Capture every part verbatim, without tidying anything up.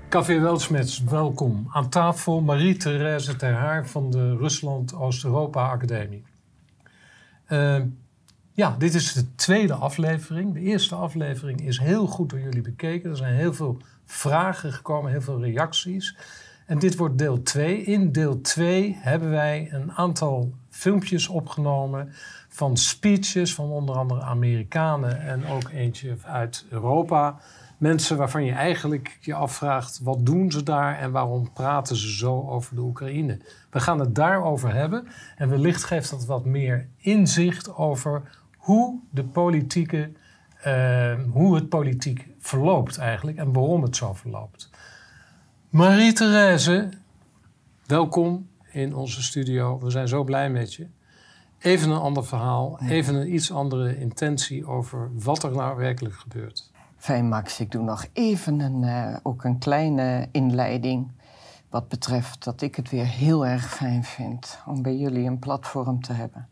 Café Weltschmerz, welkom. Aan tafel Marie-Thérèse Ter Haar van de Rusland-Oost-Europa Academie. Uh, ja, dit is de tweede aflevering. De eerste aflevering is heel goed door jullie bekeken. Er zijn heel veel vragen gekomen, heel veel reacties. En dit wordt deel twee. In deel twee hebben wij een aantal filmpjes opgenomen van speeches van onder andere Amerikanen en ook eentje uit Europa. Mensen waarvan je eigenlijk je afvraagt, wat doen ze daar en waarom praten ze zo over de Oekraïne? We gaan het daarover hebben en wellicht geeft dat wat meer inzicht over hoe, de politieke, uh, hoe het politiek verloopt eigenlijk en waarom het zo verloopt. Marie-Thérèse, welkom in onze studio. We zijn zo blij met je. Even een ander verhaal, even een iets andere intentie over wat er nou werkelijk gebeurt. Fijn, Max. Ik doe nog even een, uh, ook een kleine inleiding. Wat betreft dat ik het weer heel erg fijn vind om bij jullie een platform te hebben.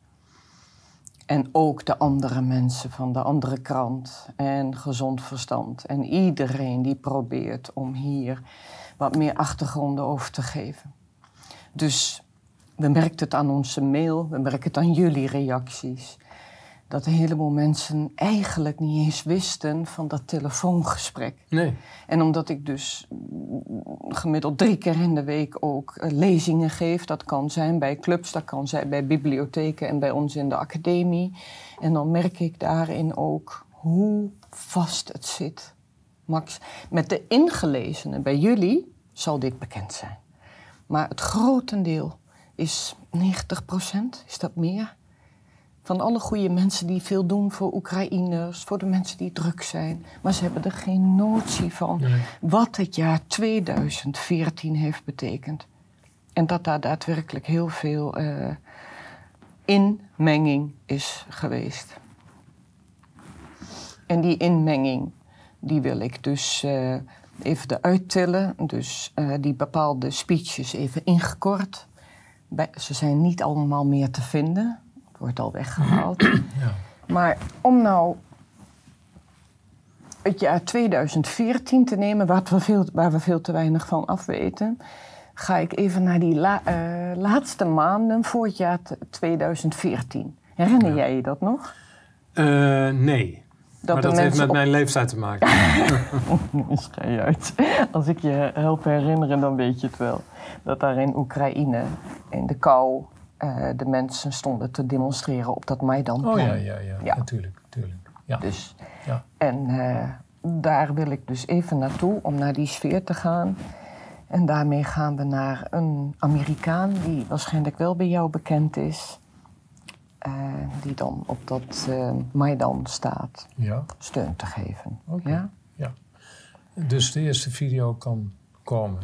En ook de andere mensen van de andere krant en Gezond Verstand. En iedereen die probeert om hier wat meer achtergronden over te geven. Dus we merken het aan onze mail, we merken het aan jullie reacties. Dat een heleboel mensen eigenlijk niet eens wisten van dat telefoongesprek. Nee. En omdat ik dus gemiddeld drie keer in de week ook uh, lezingen geef. Dat kan zijn bij clubs, dat kan zijn bij bibliotheken en bij ons in de academie. En dan merk ik daarin ook hoe vast het zit. Max, met de ingelezenen bij jullie zal dit bekend zijn. Maar het grotendeel is negentig procent, is dat meer? Van alle goede mensen die veel doen voor Oekraïners, voor de mensen die druk zijn. Maar ze hebben er geen notie van nee. wat het jaar tweeduizend veertien heeft betekend. En dat daar daadwerkelijk heel veel uh, inmenging is geweest. En die inmenging, die wil ik dus uh, even eruit tillen. Dus uh, die bepaalde speeches even ingekort. Bij, ze zijn niet allemaal meer te vinden. Wordt al weggehaald. Ja. Maar om nou het jaar tweeduizend veertien te nemen, waar we veel, waar we veel te weinig van afweten, ga ik even naar die la, uh, laatste maanden voor het jaar tweeduizend veertien. Herinner ja. jij je dat nog? Uh, nee. Dat maar dat heeft met op... mijn leeftijd te maken. Schei je uit. Als ik je help herinneren, dan weet je het wel. Dat daar in Oekraïne, in de kou, Uh, de mensen stonden te demonstreren op dat Maidanplein. Oh ja, ja, ja, ja. natuurlijk, natuurlijk. Ja. Dus, ja. En uh, daar wil ik dus even naartoe om naar die sfeer te gaan. En daarmee gaan we naar een Amerikaan die waarschijnlijk wel bij jou bekend is. Uh, die dan op dat uh, Maidan staat ja. steun te geven. Okay. Ja? Ja. Dus de eerste video kan komen.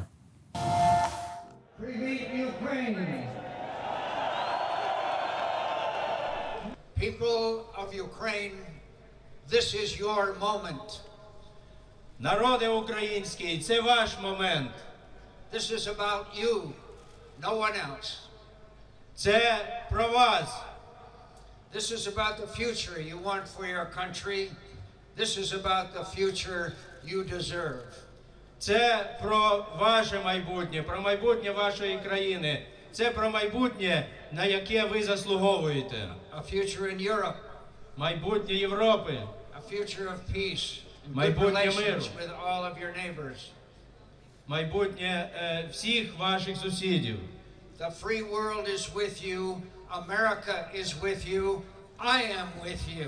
People of Ukraine, this is your moment. Народи український, це ваш момент. This is about you, no one else. Це про вас. This is about the future you want for your country. This is about the future you deserve. Це про ваше майбутнє, про майбутнє вашої країни. Це про майбутнє, на яке ви заслуговуєте. A future in Europe. Майбутнє Європи. A future of peace and good Майбутнє relations миру. with all of your neighbors. Майбутнє е, всіх ваших сусідів. The free world is with you. America is with you. I am with you.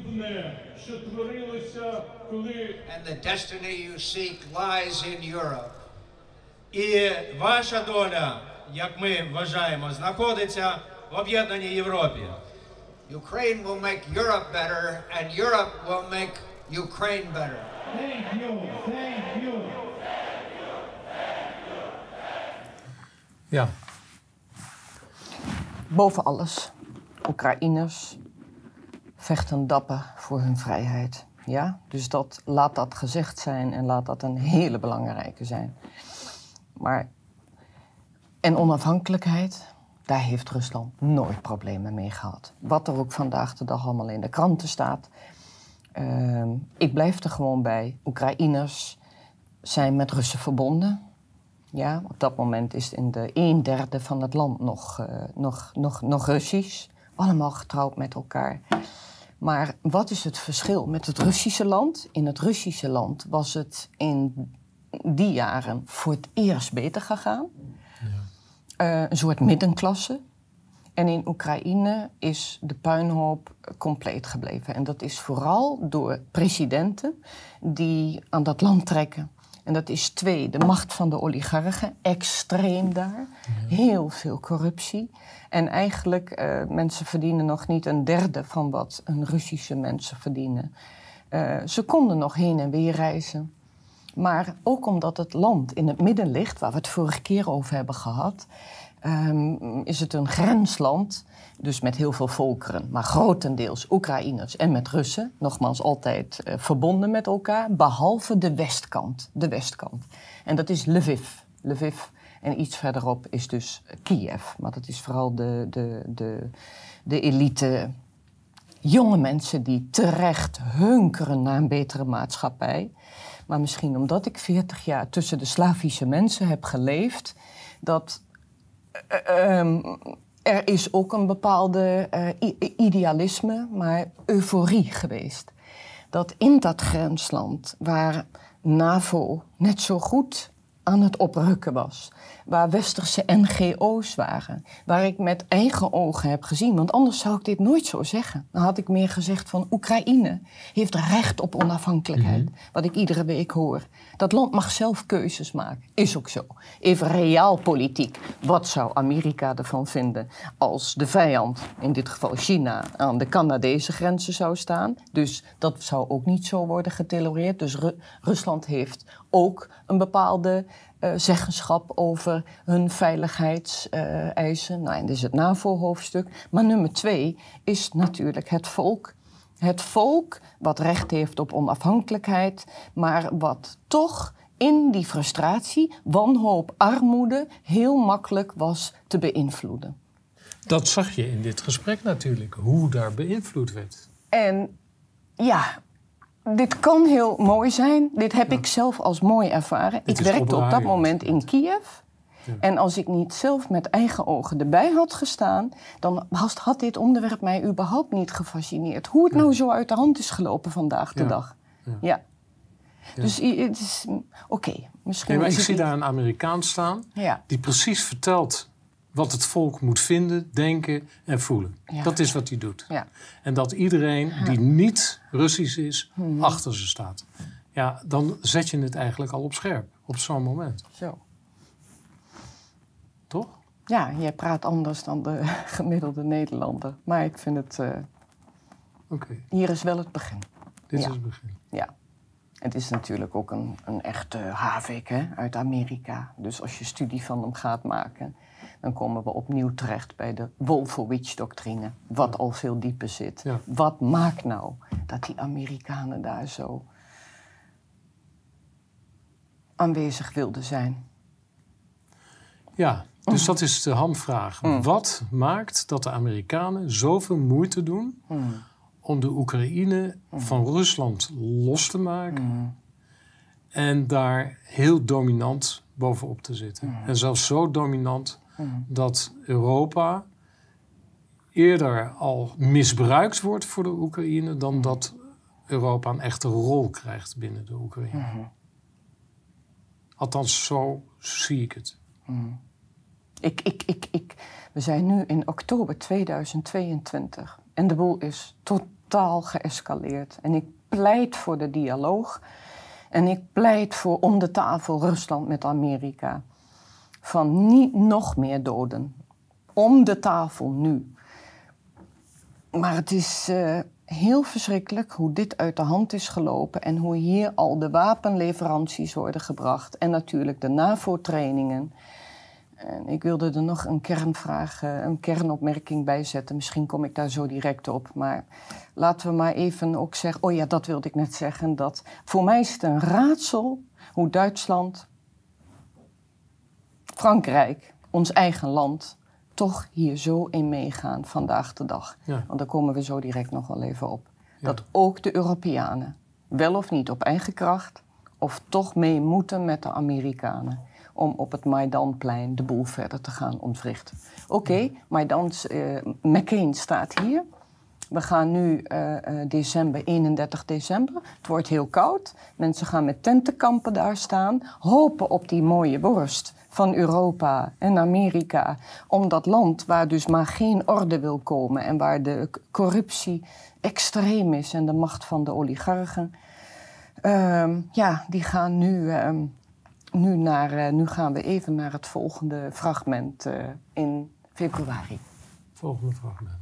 And the destiny you seek lies in Europe. І ваша доля, як ми вважаємо, знаходиться в об'єднаній Європі. Ukraine will make Europe better, and Europe will make Ukraine better. Thank you, thank you. Ja. Boven alles, Oekraïners vechten dapper voor hun vrijheid. Ja? Dus dat, laat dat gezegd zijn en laat dat een hele belangrijke zijn. Maar, en onafhankelijkheid, daar heeft Rusland nooit problemen mee gehad. Wat er ook vandaag de dag allemaal in de kranten staat. Uh, ik blijf er gewoon bij. Oekraïners zijn met Russen verbonden. Ja, op dat moment is in de een derde van het land nog, uh, nog, nog, nog Russisch. Allemaal getrouwd met elkaar. Maar wat is het verschil met het Russische land? In het Russische land was het in die jaren voor het eerst beter gegaan. Ja. Uh, een soort middenklasse. En in Oekraïne is de puinhoop compleet gebleven. En dat is vooral door presidenten die aan dat land trekken. En dat is twee, de macht van de oligarchen, extreem daar. Ja. Heel veel corruptie. En eigenlijk, uh, mensen verdienen nog niet een derde van wat een Russische mensen verdienen. Uh, ze konden nog heen en weer reizen. Maar ook omdat het land in het midden ligt, waar we het vorige keer over hebben gehad, um, is het een grensland, dus met heel veel volkeren, maar grotendeels Oekraïners en met Russen, nogmaals altijd uh, verbonden met elkaar, behalve de westkant, de westkant. En dat is Lviv. Lviv. En iets verderop is dus Kiev. Maar dat is vooral de, de, de, de elite, jonge mensen die terecht hunkeren naar een betere maatschappij. Maar misschien omdat ik veertig jaar tussen de Slavische mensen heb geleefd, dat uh, um, er is ook een bepaalde uh, idealisme, maar euforie geweest. Dat in dat grensland, waar NAVO net zo goed aan het oprukken was, waar westerse N G O's waren, waar ik met eigen ogen heb gezien, want anders zou ik dit nooit zo zeggen. Dan had ik meer gezegd van Oekraïne heeft recht op onafhankelijkheid, mm-hmm. wat ik iedere week hoor. Dat land mag zelf keuzes maken, is ook zo. Even realpolitiek, wat zou Amerika ervan vinden als de vijand, in dit geval China, aan de Canadese grenzen zou staan? Dus dat zou ook niet zo worden getolereerd. Dus Ru- Rusland heeft ook een bepaalde uh, zeggenschap over hun veiligheidseisen. Uh, nou, en dit is het NAVO-hoofdstuk. Maar nummer twee is natuurlijk het volk. Het volk wat recht heeft op onafhankelijkheid, maar wat toch in die frustratie, wanhoop, armoede heel makkelijk was te beïnvloeden. Dat zag je in dit gesprek natuurlijk, hoe daar beïnvloed werd. En ja, dit kan heel mooi zijn. Dit heb ja. ik zelf als mooi ervaren. Dit ik werkte op dat moment in Kiev. Ja. En als ik niet zelf met eigen ogen erbij had gestaan, dan had dit onderwerp mij überhaupt niet gefascineerd. Hoe het ja. nou zo uit de hand is gelopen vandaag de ja. dag. Ja. ja. ja. Dus het is oké. Okay, misschien. Nee, maar is ik het zie niet... daar een Amerikaan staan ja. die precies vertelt wat het volk moet vinden, denken en voelen. Ja. Dat is wat hij doet. Ja. En dat iedereen ja. die niet Russisch is, hmm. achter ze staat. Ja, dan zet je het eigenlijk al op scherp, op zo'n moment. Zo. Toch? Ja, jij praat anders dan de gemiddelde Nederlander. Maar ik vind het... Uh, okay. Hier is wel het begin. Dit ja. is het begin. Ja. Het is natuurlijk ook een, een echte havik hè, uit Amerika. Dus als je studie van hem gaat maken, dan komen we opnieuw terecht bij de Wolfowitz-doctrine. Wat ja. al veel dieper zit. Ja. Wat maakt nou dat die Amerikanen daar zo aanwezig wilden zijn? Ja, dus mm. dat is de hamvraag. Mm. Wat maakt dat de Amerikanen zoveel moeite doen mm. om de Oekraïne mm. van Rusland los te maken mm. en daar heel dominant bovenop te zitten? Mm. En zelfs zo dominant mm. dat Europa eerder al misbruikt wordt voor de Oekraïne dan mm. dat Europa een echte rol krijgt binnen de Oekraïne. Mm. Althans, zo zie ik het. Mm. Ik, ik, ik, ik, we zijn nu in oktober tweeduizend tweeëntwintig en de boel is totaal geëscaleerd. En ik pleit voor de dialoog en ik pleit voor om de tafel Rusland met Amerika. Van niet nog meer doden. Om de tafel nu. Maar het is uh, heel verschrikkelijk hoe dit uit de hand is gelopen en hoe hier al de wapenleveranties worden gebracht en natuurlijk de NAVO-trainingen. En ik wilde er nog een kernvraag, een kernopmerking bij zetten. Misschien kom ik daar zo direct op. Maar laten we maar even ook zeggen... Oh ja, dat wilde ik net zeggen. Dat voor mij is het een raadsel hoe Duitsland, Frankrijk, ons eigen land, toch hier zo in meegaan vandaag de dag. Ja. Want daar komen we zo direct nog wel even op. Ja. Dat ook de Europeanen, wel of niet op eigen kracht, of toch mee moeten met de Amerikanen om op het Maidanplein de boel verder te gaan ontwrichten. Oké, okay, Maidan, uh, McCain staat hier. We gaan nu uh, uh, december, eenendertig december. Het wordt heel koud. Mensen gaan met tentenkampen daar staan, hopen op die mooie borst van Europa en Amerika, om dat land waar dus maar geen orde wil komen en waar de corruptie extreem is en de macht van de oligarchen, uh, ja, die gaan nu, uh, nu naar, uh, nu gaan we even naar het volgende fragment uh, in februari. Volgende fragment.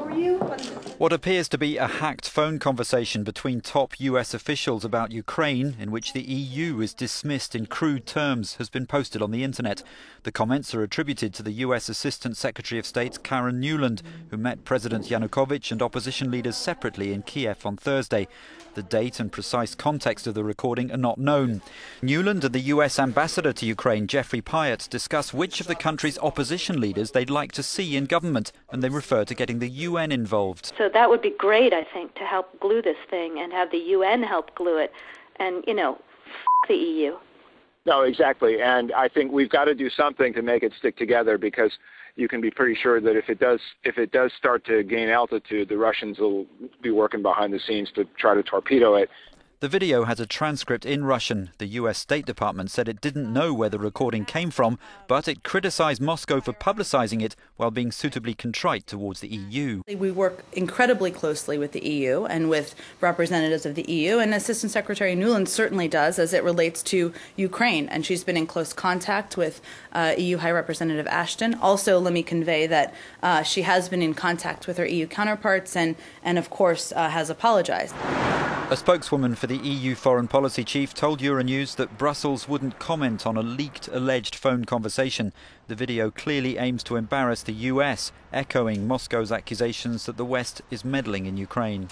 What appears to be a hacked phone conversation between top U S officials about Ukraine, in which the E U is dismissed in crude terms, has been posted on the internet. The comments are attributed to the U S Assistant Secretary of State Karen Nuland, who met President Yanukovych and opposition leaders separately in Kiev on Thursday. The date and precise context of the recording are not known. Nuland and the U S ambassador to Ukraine, Jeffrey Pyatt, discuss which of the country's opposition leaders they'd like to see in government, and they refer to getting the U N involved. So that would be great, I think, to help glue this thing and have the U N help glue it. And, you know, f*** the E U. No, exactly. And I think we've got to do something to make it stick together, because you can be pretty sure that if it does if it does start to gain altitude, the Russians will be working behind the scenes to try to torpedo it. The video has a transcript in Russian. The U S State Department said it didn't know where the recording came from, but it criticized Moscow for publicizing it while being suitably contrite towards the E U. We work incredibly closely with the E U and with representatives of the E U, and Assistant Secretary Nuland certainly does as it relates to Ukraine, and she's been in close contact with uh, E U High Representative Ashton. Also, let me convey that uh, she has been in contact with her E U counterparts and, and of course, uh, has apologized. A spokeswoman for the E U foreign policy chief told Euronews that Brussels wouldn't comment on a leaked alleged phone conversation. The video clearly aims to embarrass the U S, echoing Moscow's accusations that the West is meddling in Ukraine.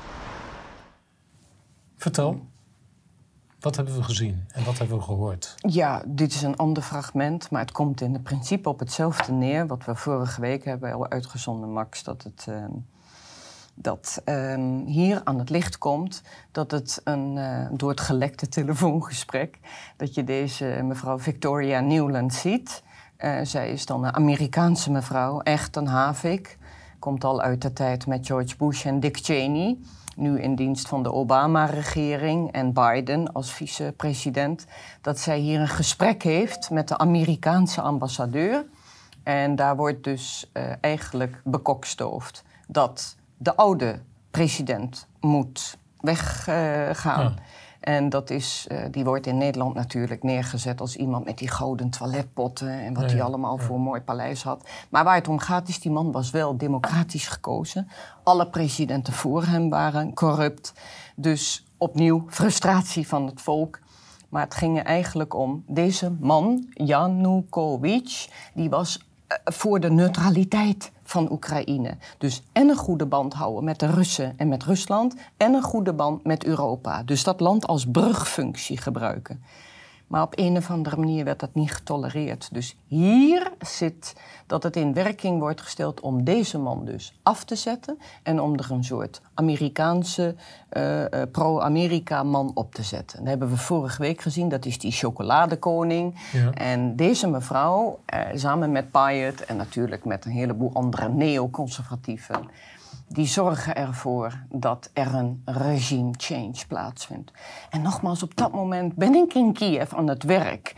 Vertel, wat hebben we gezien en wat hebben we gehoord? Ja, dit is een ander fragment, maar het komt in principe op hetzelfde neer wat we vorige week hebben al uitgezonden, Max, dat het... Uh, dat um, hier aan het licht komt dat het een, uh, door het gelekte telefoongesprek, dat je deze mevrouw Victoria Nuland ziet. Uh, zij is dan een Amerikaanse mevrouw, echt een havik. Komt al uit de tijd met George Bush en Dick Cheney. Nu in dienst van de Obama-regering en Biden als vicepresident. Dat zij hier een gesprek heeft met de Amerikaanse ambassadeur. En daar wordt dus uh, eigenlijk bekokstoofd dat de oude president moet weggaan. Uh, ja. En dat is, uh, die wordt in Nederland natuurlijk neergezet als iemand met die gouden toiletpotten en wat hij ja, allemaal ja. voor een mooi paleis had. Maar waar het om gaat is, die man was wel democratisch gekozen. Alle presidenten voor hem waren corrupt. Dus opnieuw frustratie van het volk. Maar het ging er eigenlijk om, deze man, Yanukovych, die was uh, voor de neutraliteit van Oekraïne. Dus en een goede band houden met de Russen en met Rusland en een goede band met Europa. Dus dat land als brugfunctie gebruiken. Maar op een of andere manier werd dat niet getolereerd. Dus hier zit dat het in werking wordt gesteld om deze man dus af te zetten en om er een soort Amerikaanse uh, uh, pro-Amerika-man op te zetten. Dat hebben we vorige week gezien, dat is die chocoladekoning. Ja. En deze mevrouw, uh, samen met Pyatt en natuurlijk met een heleboel andere neoconservatieven, die zorgen ervoor dat er een regime change plaatsvindt. En nogmaals, op dat moment ben ik in Kiev aan het werk.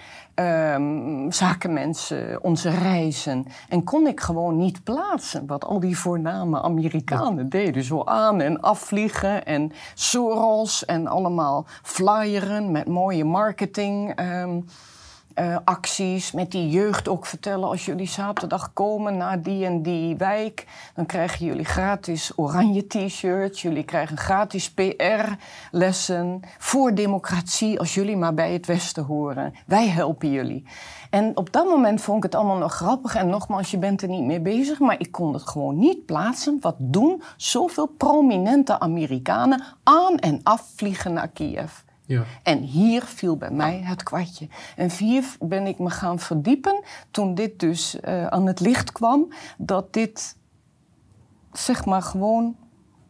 Um, zakenmensen, onze reizen. En kon ik gewoon niet plaatsen wat al die voorname Amerikanen deden. Zo aan- en afvliegen en Soros en allemaal flyeren met mooie marketing. Um, Uh, acties, met die jeugd ook vertellen, als jullie zaterdag komen naar die en die wijk, dan krijgen jullie gratis oranje t-shirts, jullie krijgen gratis P R-lessen voor democratie, als jullie maar bij het Westen horen. Wij helpen jullie. En op dat moment vond ik het allemaal nog grappig. En nogmaals, je bent er niet mee bezig, maar ik kon het gewoon niet plaatsen. Wat doen zoveel prominente Amerikanen aan en afvliegen naar Kiev? Ja. En hier viel bij mij het kwartje. En hier ben ik me gaan verdiepen toen dit dus uh, aan het licht kwam, dat dit zeg maar gewoon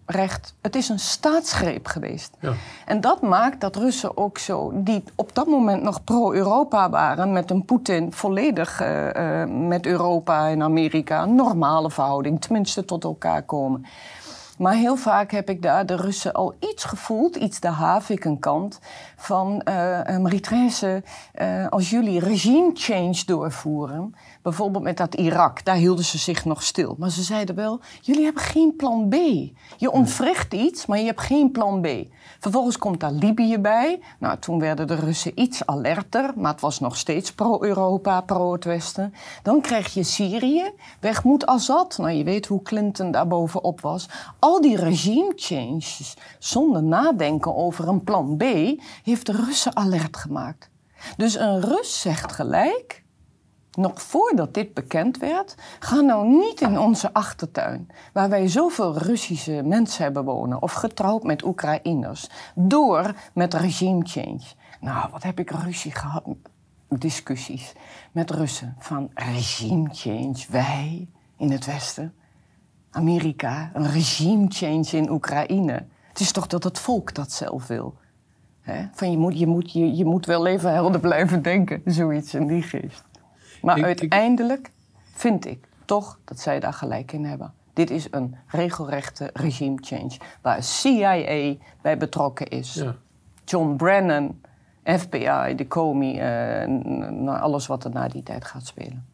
recht. Het is een staatsgreep geweest. Ja. En dat maakt dat Russen ook zo, die op dat moment nog pro-Europa waren, met een Poetin volledig uh, uh, met Europa en Amerika een normale verhouding, tenminste tot elkaar komen. Maar heel vaak heb ik daar de Russen al iets gevoeld, iets de Havik kant, van uh, Marie-Thérèse, uh, als jullie regime change doorvoeren, bijvoorbeeld met dat Irak, daar hielden ze zich nog stil. Maar ze zeiden wel, jullie hebben geen plan B. Je ontwricht iets, maar je hebt geen plan B. Vervolgens komt daar Libië bij. Nou, toen werden de Russen iets alerter, maar het was nog steeds pro-Europa, pro-het Westen. Dan krijg je Syrië, weg moet Assad. Nou, je weet hoe Clinton daar bovenop was. Al die regime changes, zonder nadenken over een plan B, heeft de Russen alert gemaakt. Dus een Rus zegt gelijk, nog voordat dit bekend werd, ga nou niet in onze achtertuin, waar wij zoveel Russische mensen hebben wonen, of getrouwd met Oekraïners, door met regime change. Nou, wat heb ik ruzie gehad, discussies met Russen, van regime change, wij in het Westen, Amerika, een regime change in Oekraïne. Het is toch dat het volk dat zelf wil. He? Van je moet, je, moet, je, je moet wel even helder blijven denken, zoiets in die geest. Maar ik, uiteindelijk ik... vind ik toch dat zij daar gelijk in hebben. Dit is een regelrechte regime change, waar C I A bij betrokken is. Ja. John Brennan, F B I, de Comey, uh, alles wat er na die tijd gaat spelen.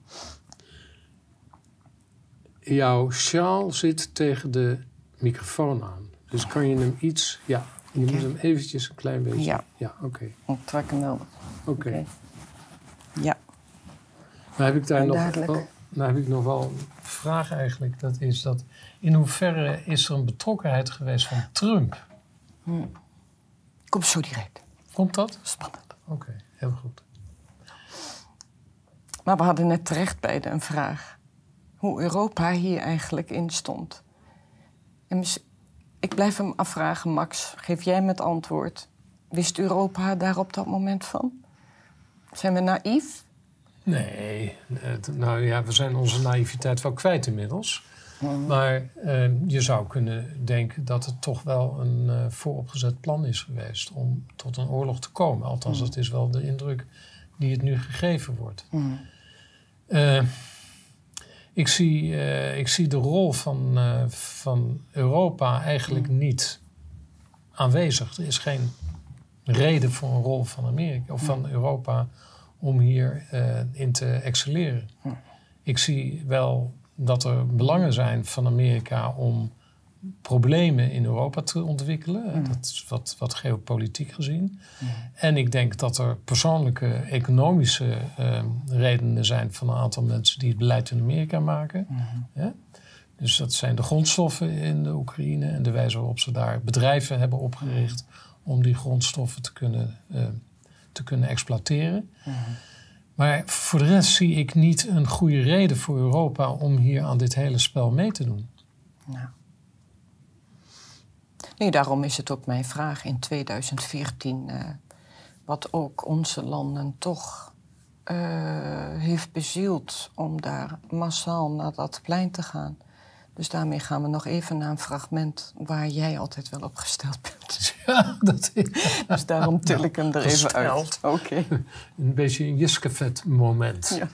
Jouw sjaal zit tegen de microfoon aan. Dus kan je hem iets... Ja, je moet hem eventjes een klein beetje... Ja, ja oké. Okay. Ik trek hem wel. Oké. Okay. Okay. Ja. Nou heb ik daar nog wel, nou heb ik nog wel een vraag eigenlijk. Dat is dat, in hoeverre is er een betrokkenheid geweest van Trump? Hmm. Komt zo direct. Komt dat? Spannend. Oké, okay, heel goed. Maar we hadden net terecht beide een vraag. Hoe Europa hier eigenlijk in stond. En ik blijf hem afvragen, Max. Geef jij me het antwoord. Wist Europa daar op dat moment van? Zijn we naïef? Nee, nou ja, we zijn onze naïviteit wel kwijt inmiddels. Mm. Maar uh, je zou kunnen denken dat het toch wel een uh, vooropgezet plan is geweest om tot een oorlog te komen. Althans, mm. dat is wel de indruk die het nu gegeven wordt. Mm. Uh, ik, zie, uh, ik zie de rol van, uh, van Europa eigenlijk mm. niet aanwezig. Er is geen reden voor een rol van Amerika of van Europa om hierin uh, te excelleren. Hm. Ik zie wel dat er belangen zijn van Amerika om problemen in Europa te ontwikkelen. Hm. Dat is wat, wat geopolitiek gezien. Hm. En ik denk dat er persoonlijke economische uh, redenen zijn van een aantal mensen die het beleid in Amerika maken. Hm. Ja? Dus dat zijn de grondstoffen in de Oekraïne en de wijze waarop ze daar bedrijven hebben opgericht om die grondstoffen te kunnen uh, te kunnen exploiteren. Mm-hmm. Maar voor de rest zie ik niet een goede reden voor Europa om hier aan dit hele spel mee te doen. Nou. Nee, daarom is het ook mijn vraag in tweeduizend veertien... Uh, wat ook onze landen toch uh, heeft bezield om daar massaal naar dat plein te gaan. Dus daarmee gaan we nog even naar een fragment waar jij altijd wel op gesteld bent. Ja, dat is... Dus daarom til ik hem er even uit. Oké. Okay. Een beetje een Jiskefet moment. Ja.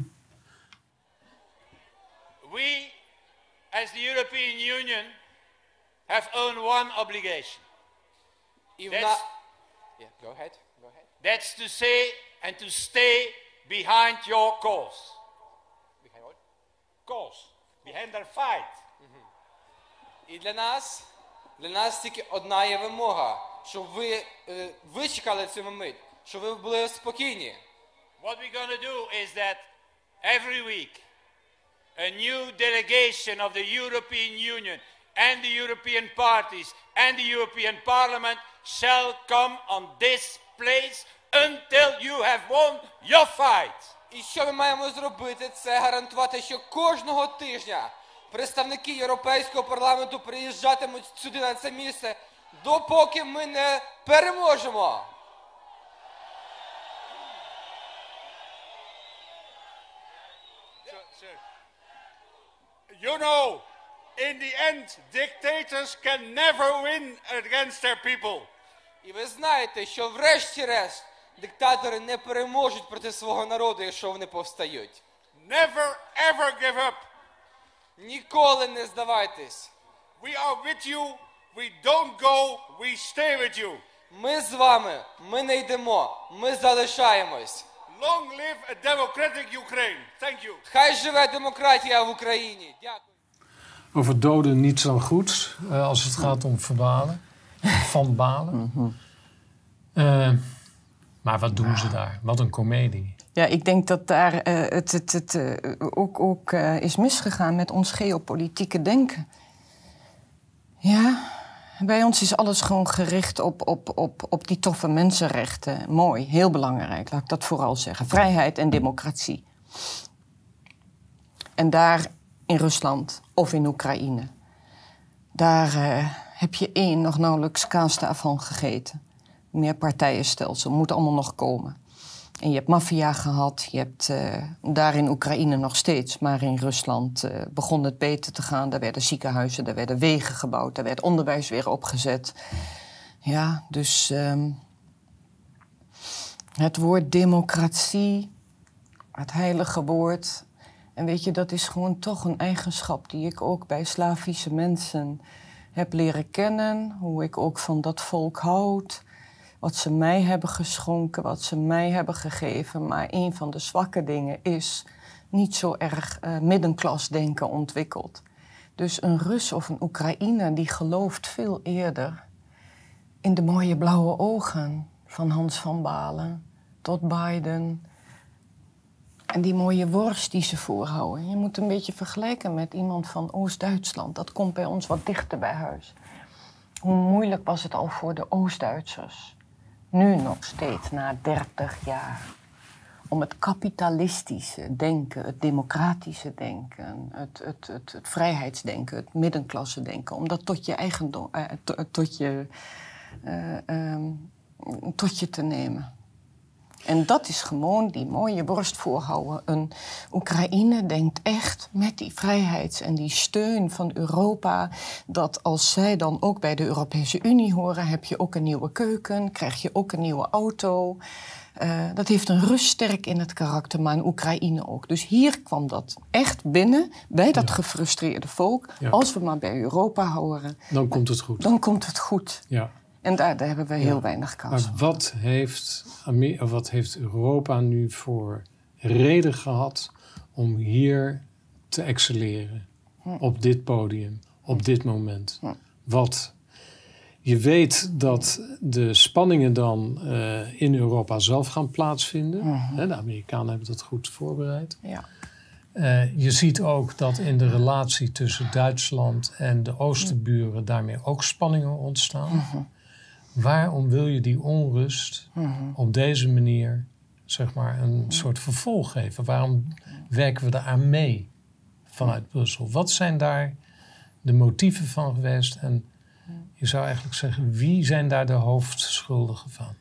We, as the European Union, have only one obligation. Even that's, yeah, go ahead. Go ahead. That's to say and to stay behind your cause. Behind what? Cause. Behind their fight. Mm-hmm. І для нас, для нас тільки одна є вимога, щоб ви е, вичекали цю мить, щоб ви були спокійні. What we're going to do is that every week a new delegation of the European Union and the European parties and the European Parliament shall come on this place until you have won your fight. І що ми маємо зробити, це гарантувати, що кожного тижня представники Європейського парламенту приїжджатимуть сюди на це місце, допоки ми не переможемо. You know, in the end, dictators can never win against their people. І ви знаєте, що врешті-решт диктатори не переможуть проти свого народу, якщо вони повстають. Never ever give up. Ніколи не здавайтесь. We are with you. We don't go. We stay with you. Ми з вами. Ми не йдемо. Ми залишаємось. Long live a democratic Ukraine. Thank you. Хай живе демократія в Україні. Дякую. Over doden niet zo goed uh, als het gaat om verbalen. Van Balen. Mm-hmm. uh, maar wat doen ze daar? Wat een komedie. Ja, ik denk dat daar uh, het, het, het uh, ook, ook uh, is misgegaan met ons geopolitieke denken. Ja, bij ons is alles gewoon gericht op, op, op, op die toffe mensenrechten. Mooi, heel belangrijk, laat ik dat vooral zeggen. Vrijheid en democratie. En daar in Rusland of in Oekraïne, daar uh, heb je één nog nauwelijks kaasstaaf van gegeten. Meer partijenstelsel, moet allemaal nog komen. En je hebt maffia gehad, je hebt uh, daar in Oekraïne nog steeds, maar in Rusland uh, begon het beter te gaan. Daar werden ziekenhuizen, daar werden wegen gebouwd, daar werd onderwijs weer opgezet. Ja, dus um, het woord democratie, het heilige woord. En weet je, dat is gewoon toch een eigenschap die ik ook bij Slavische mensen heb leren kennen. Hoe ik ook van dat volk houd. Wat ze mij hebben geschonken, wat ze mij hebben gegeven. Maar een van de zwakke dingen is niet zo erg uh, middenklasdenken ontwikkeld. Dus een Rus of een Oekraïner die gelooft veel eerder in de mooie blauwe ogen van Hans van Balen tot Biden. En die mooie worst die ze voorhouden. Je moet een beetje vergelijken met iemand van Oost-Duitsland. Dat komt bij ons wat dichter bij huis. Hoe moeilijk was het al voor de Oost-Duitsers? Nu nog steeds, na dertig jaar. Om het kapitalistische denken, het democratische denken, het, het, het, het vrijheidsdenken, het middenklasse denken. Om dat tot je eigendom, uh, to, tot, je, uh, um, tot je te nemen. En dat is gewoon die mooie borst voorhouden. Een Oekraïne denkt echt met die vrijheids- en die steun van Europa, dat als zij dan ook bij de Europese Unie horen, heb je ook een nieuwe keuken, krijg je ook een nieuwe auto. Uh, dat heeft een rust sterk in het karakter, maar in Oekraïne ook. Dus hier kwam dat echt binnen, bij dat ja. gefrustreerde volk. Ja. Als we maar bij Europa horen, dan komt het goed. Dan komt het goed. Ja. En daar, daar hebben we heel ja. weinig kans Maar wat heeft, Amer- wat heeft Europa nu voor reden gehad om hier te excelleren? Hm. Op dit podium, op dit moment. Hm. Wat? Je weet dat de spanningen dan uh, in Europa zelf gaan plaatsvinden. Hm. De Amerikanen hebben dat goed voorbereid. Ja. Uh, je ziet ook dat in de relatie tussen Duitsland en de oosterburen daarmee ook spanningen ontstaan. Hm. Waarom wil je die onrust mm-hmm. op deze manier, zeg maar, een mm-hmm. soort vervolg geven? Waarom werken we daar aan mee vanuit Brussel? Wat zijn daar de motieven van geweest? En je zou eigenlijk zeggen, wie zijn daar de hoofdschuldigen van?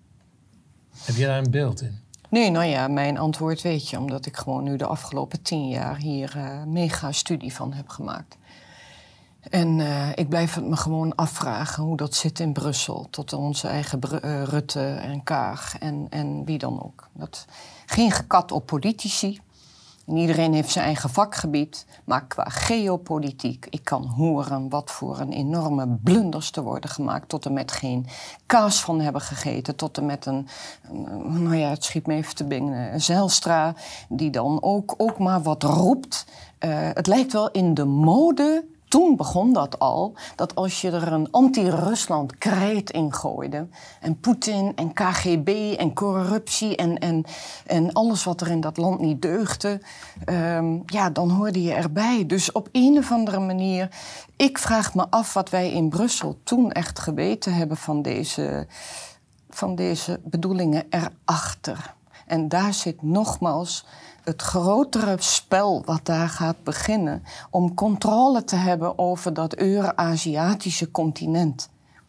Heb je daar een beeld in? Nee, nou ja, mijn antwoord weet je, omdat ik gewoon nu de afgelopen tien jaar hier uh, mega studie van heb gemaakt. En uh, ik blijf het me gewoon afvragen hoe dat zit in Brussel. Tot onze eigen Br- uh, Rutte en Kaag en, en wie dan ook. Dat, geen gekat op politici. En iedereen heeft zijn eigen vakgebied. Maar qua geopolitiek, ik kan horen wat voor een enorme blunders te worden gemaakt. Tot en met geen kaas van hebben gegeten. Tot en met een, een nou ja, het schiet me even te binnen, een Zijlstra die dan ook, ook maar wat roept. Uh, het lijkt wel in de mode. Toen begon dat al, dat als je er een anti-Rusland krijt in gooide, en Poetin en K G B en corruptie en, en, en alles wat er in dat land niet deugde, um, ja, dan hoorde je erbij. Dus op een of andere manier, ik vraag me af wat wij in Brussel toen echt geweten hebben van deze, van deze bedoelingen erachter. En daar zit nogmaals het grotere spel wat daar gaat beginnen om controle te hebben over dat Euro-Aziatische continent.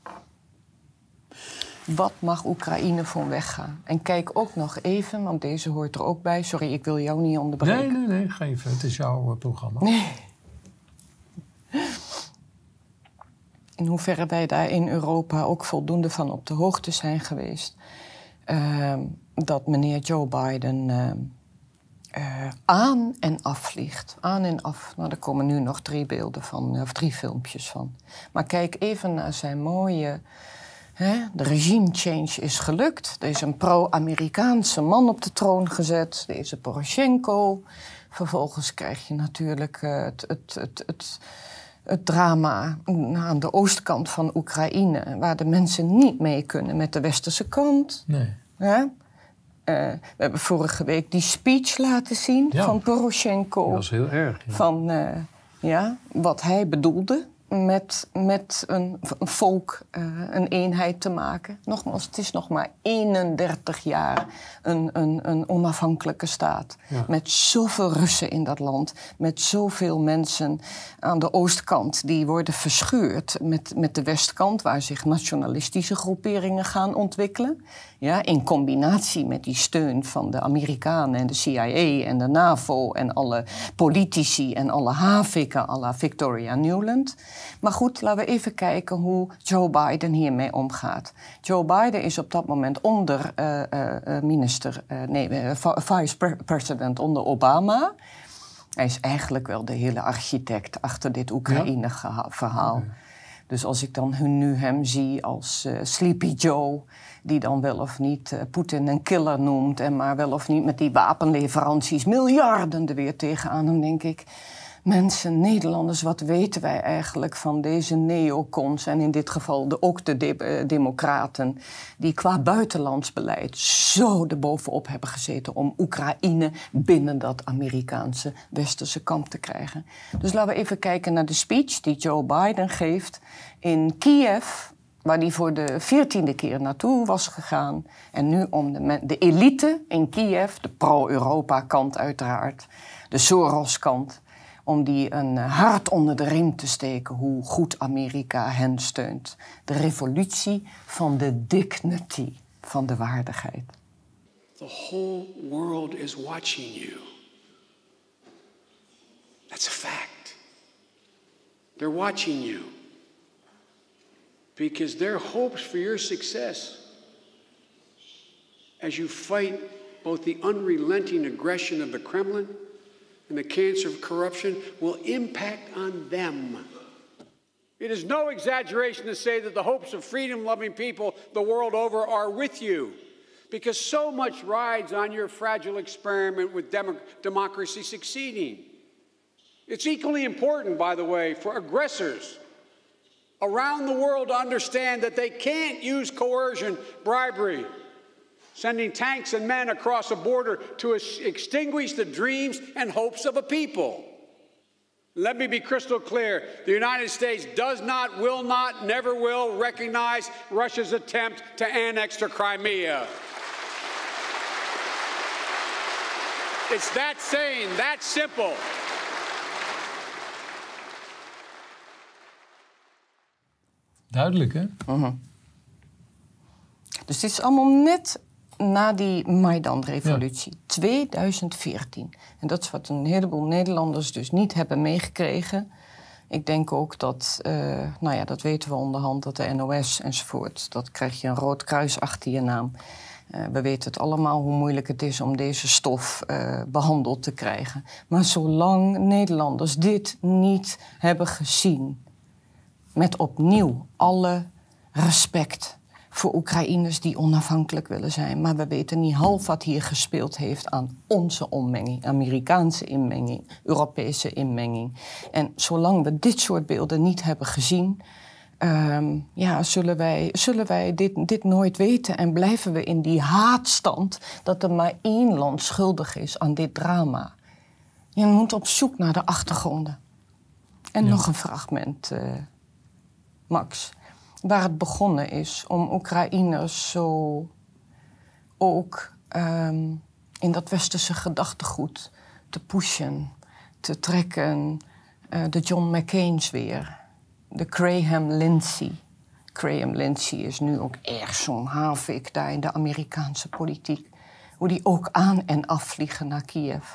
Wat mag Oekraïne voor weggaan? En kijk ook nog even, want deze hoort er ook bij. Sorry, ik wil jou niet onderbreken. Nee, nee, nee, ga even. Het is jouw uh, programma. Nee. in hoeverre wij daar in Europa ook voldoende van op de hoogte zijn geweest. Uh, dat meneer Joe Biden uh, uh, aan en afvliegt. Aan en af. Nou, er komen nu nog drie beelden van, of drie filmpjes van. Maar kijk even naar zijn mooie... Hè, de regime change is gelukt. Er is een pro-Amerikaanse man op de troon gezet. Deze Poroshenko. Vervolgens krijg je natuurlijk uh, het... het, het, het Het drama aan de oostkant van Oekraïne, waar de mensen niet mee kunnen met de westerse kant. Nee. Ja? Uh, we hebben vorige week die speech laten zien ja. van Poroshenko. Dat was heel erg. Ja. Van uh, ja, wat hij bedoelde met, met een, een volk, uh, een eenheid te maken. Nogmaals, het is nog maar eenendertig jaar een, een, een onafhankelijke staat. Ja. Met zoveel Russen in dat land. Met zoveel mensen aan de oostkant die worden verschuurd met, met de westkant, waar zich nationalistische groeperingen gaan ontwikkelen. Ja, in combinatie met die steun van de Amerikanen en de C I A en de NAVO en alle politici en alle haviken à la Victoria Nuland. Maar goed, laten we even kijken hoe Joe Biden hiermee omgaat. Joe Biden is op dat moment onder uh, uh, minister, uh, nee, uh, vice-president onder Obama. Hij is eigenlijk wel de hele architect achter dit Oekraïne-verhaal. Ja? Dus als ik dan nu hem zie als uh, Sleepy Joe, die dan wel of niet uh, Poetin een killer noemt en maar wel of niet met die wapenleveranties miljarden er weer tegenaan, dan denk ik, mensen, Nederlanders, wat weten wij eigenlijk van deze neocons en in dit geval de, ook de de- uh, democraten die qua buitenlands beleid zo erbovenop hebben gezeten om Oekraïne binnen dat Amerikaanse westerse kamp te krijgen. Dus laten we even kijken naar de speech die Joe Biden geeft in Kiev, waar hij voor de veertiende keer naartoe was gegaan. En nu om de, de elite in Kiev, de pro-Europa-kant uiteraard, de Soros-kant, om die een hart onder de riem te steken hoe goed Amerika hen steunt. De revolutie van de dignity, van de waardigheid. The whole world is watching you. That's a fact. They're watching you. Because their hopes for your success as you fight both the unrelenting aggression of the Kremlin and the cancer of corruption will impact on them. It is no exaggeration to say that the hopes of freedom-loving people the world over are with you, because so much rides on your fragile experiment with dem- democracy succeeding. It's equally important, by the way, for aggressors around the world to understand that they can't use coercion, bribery, sending tanks and men across a border to extinguish the dreams and hopes of a people. Let me be crystal clear. The United States does not, will not, never will recognize Russia's attempt to annex to Crimea. It's that saying, that simple. Duidelijk, hè? Uh-huh. Dus dit is allemaal net na die Maidan-revolutie, ja. tweeduizend veertien. En dat is wat een heleboel Nederlanders dus niet hebben meegekregen. Ik denk ook dat, uh, nou ja, dat weten we onderhand, dat de N O S enzovoort, dat krijg je een rood kruis achter je naam. Uh, we weten het allemaal hoe moeilijk het is om deze stof uh, behandeld te krijgen. Maar zolang Nederlanders dit niet hebben gezien, met opnieuw alle respect voor Oekraïners die onafhankelijk willen zijn. Maar we weten niet half wat hier gespeeld heeft aan onze inmenging. Amerikaanse inmenging, Europese inmenging. En zolang we dit soort beelden niet hebben gezien, Um, ja, zullen wij, zullen wij dit, dit nooit weten en blijven we in die haatstand dat er maar één land schuldig is aan dit drama. Je moet op zoek naar de achtergronden. En ja. Nog een fragment, uh, Max. Waar het begonnen is om Oekraïners zo ook um, in dat westerse gedachtegoed te pushen, te trekken. Uh, de John McCain's weer. De Graham Lindsay. Graham Lindsay is nu ook erg zo'n havik daar in de Amerikaanse politiek. Hoe die ook aan en afvliegen naar Kiev.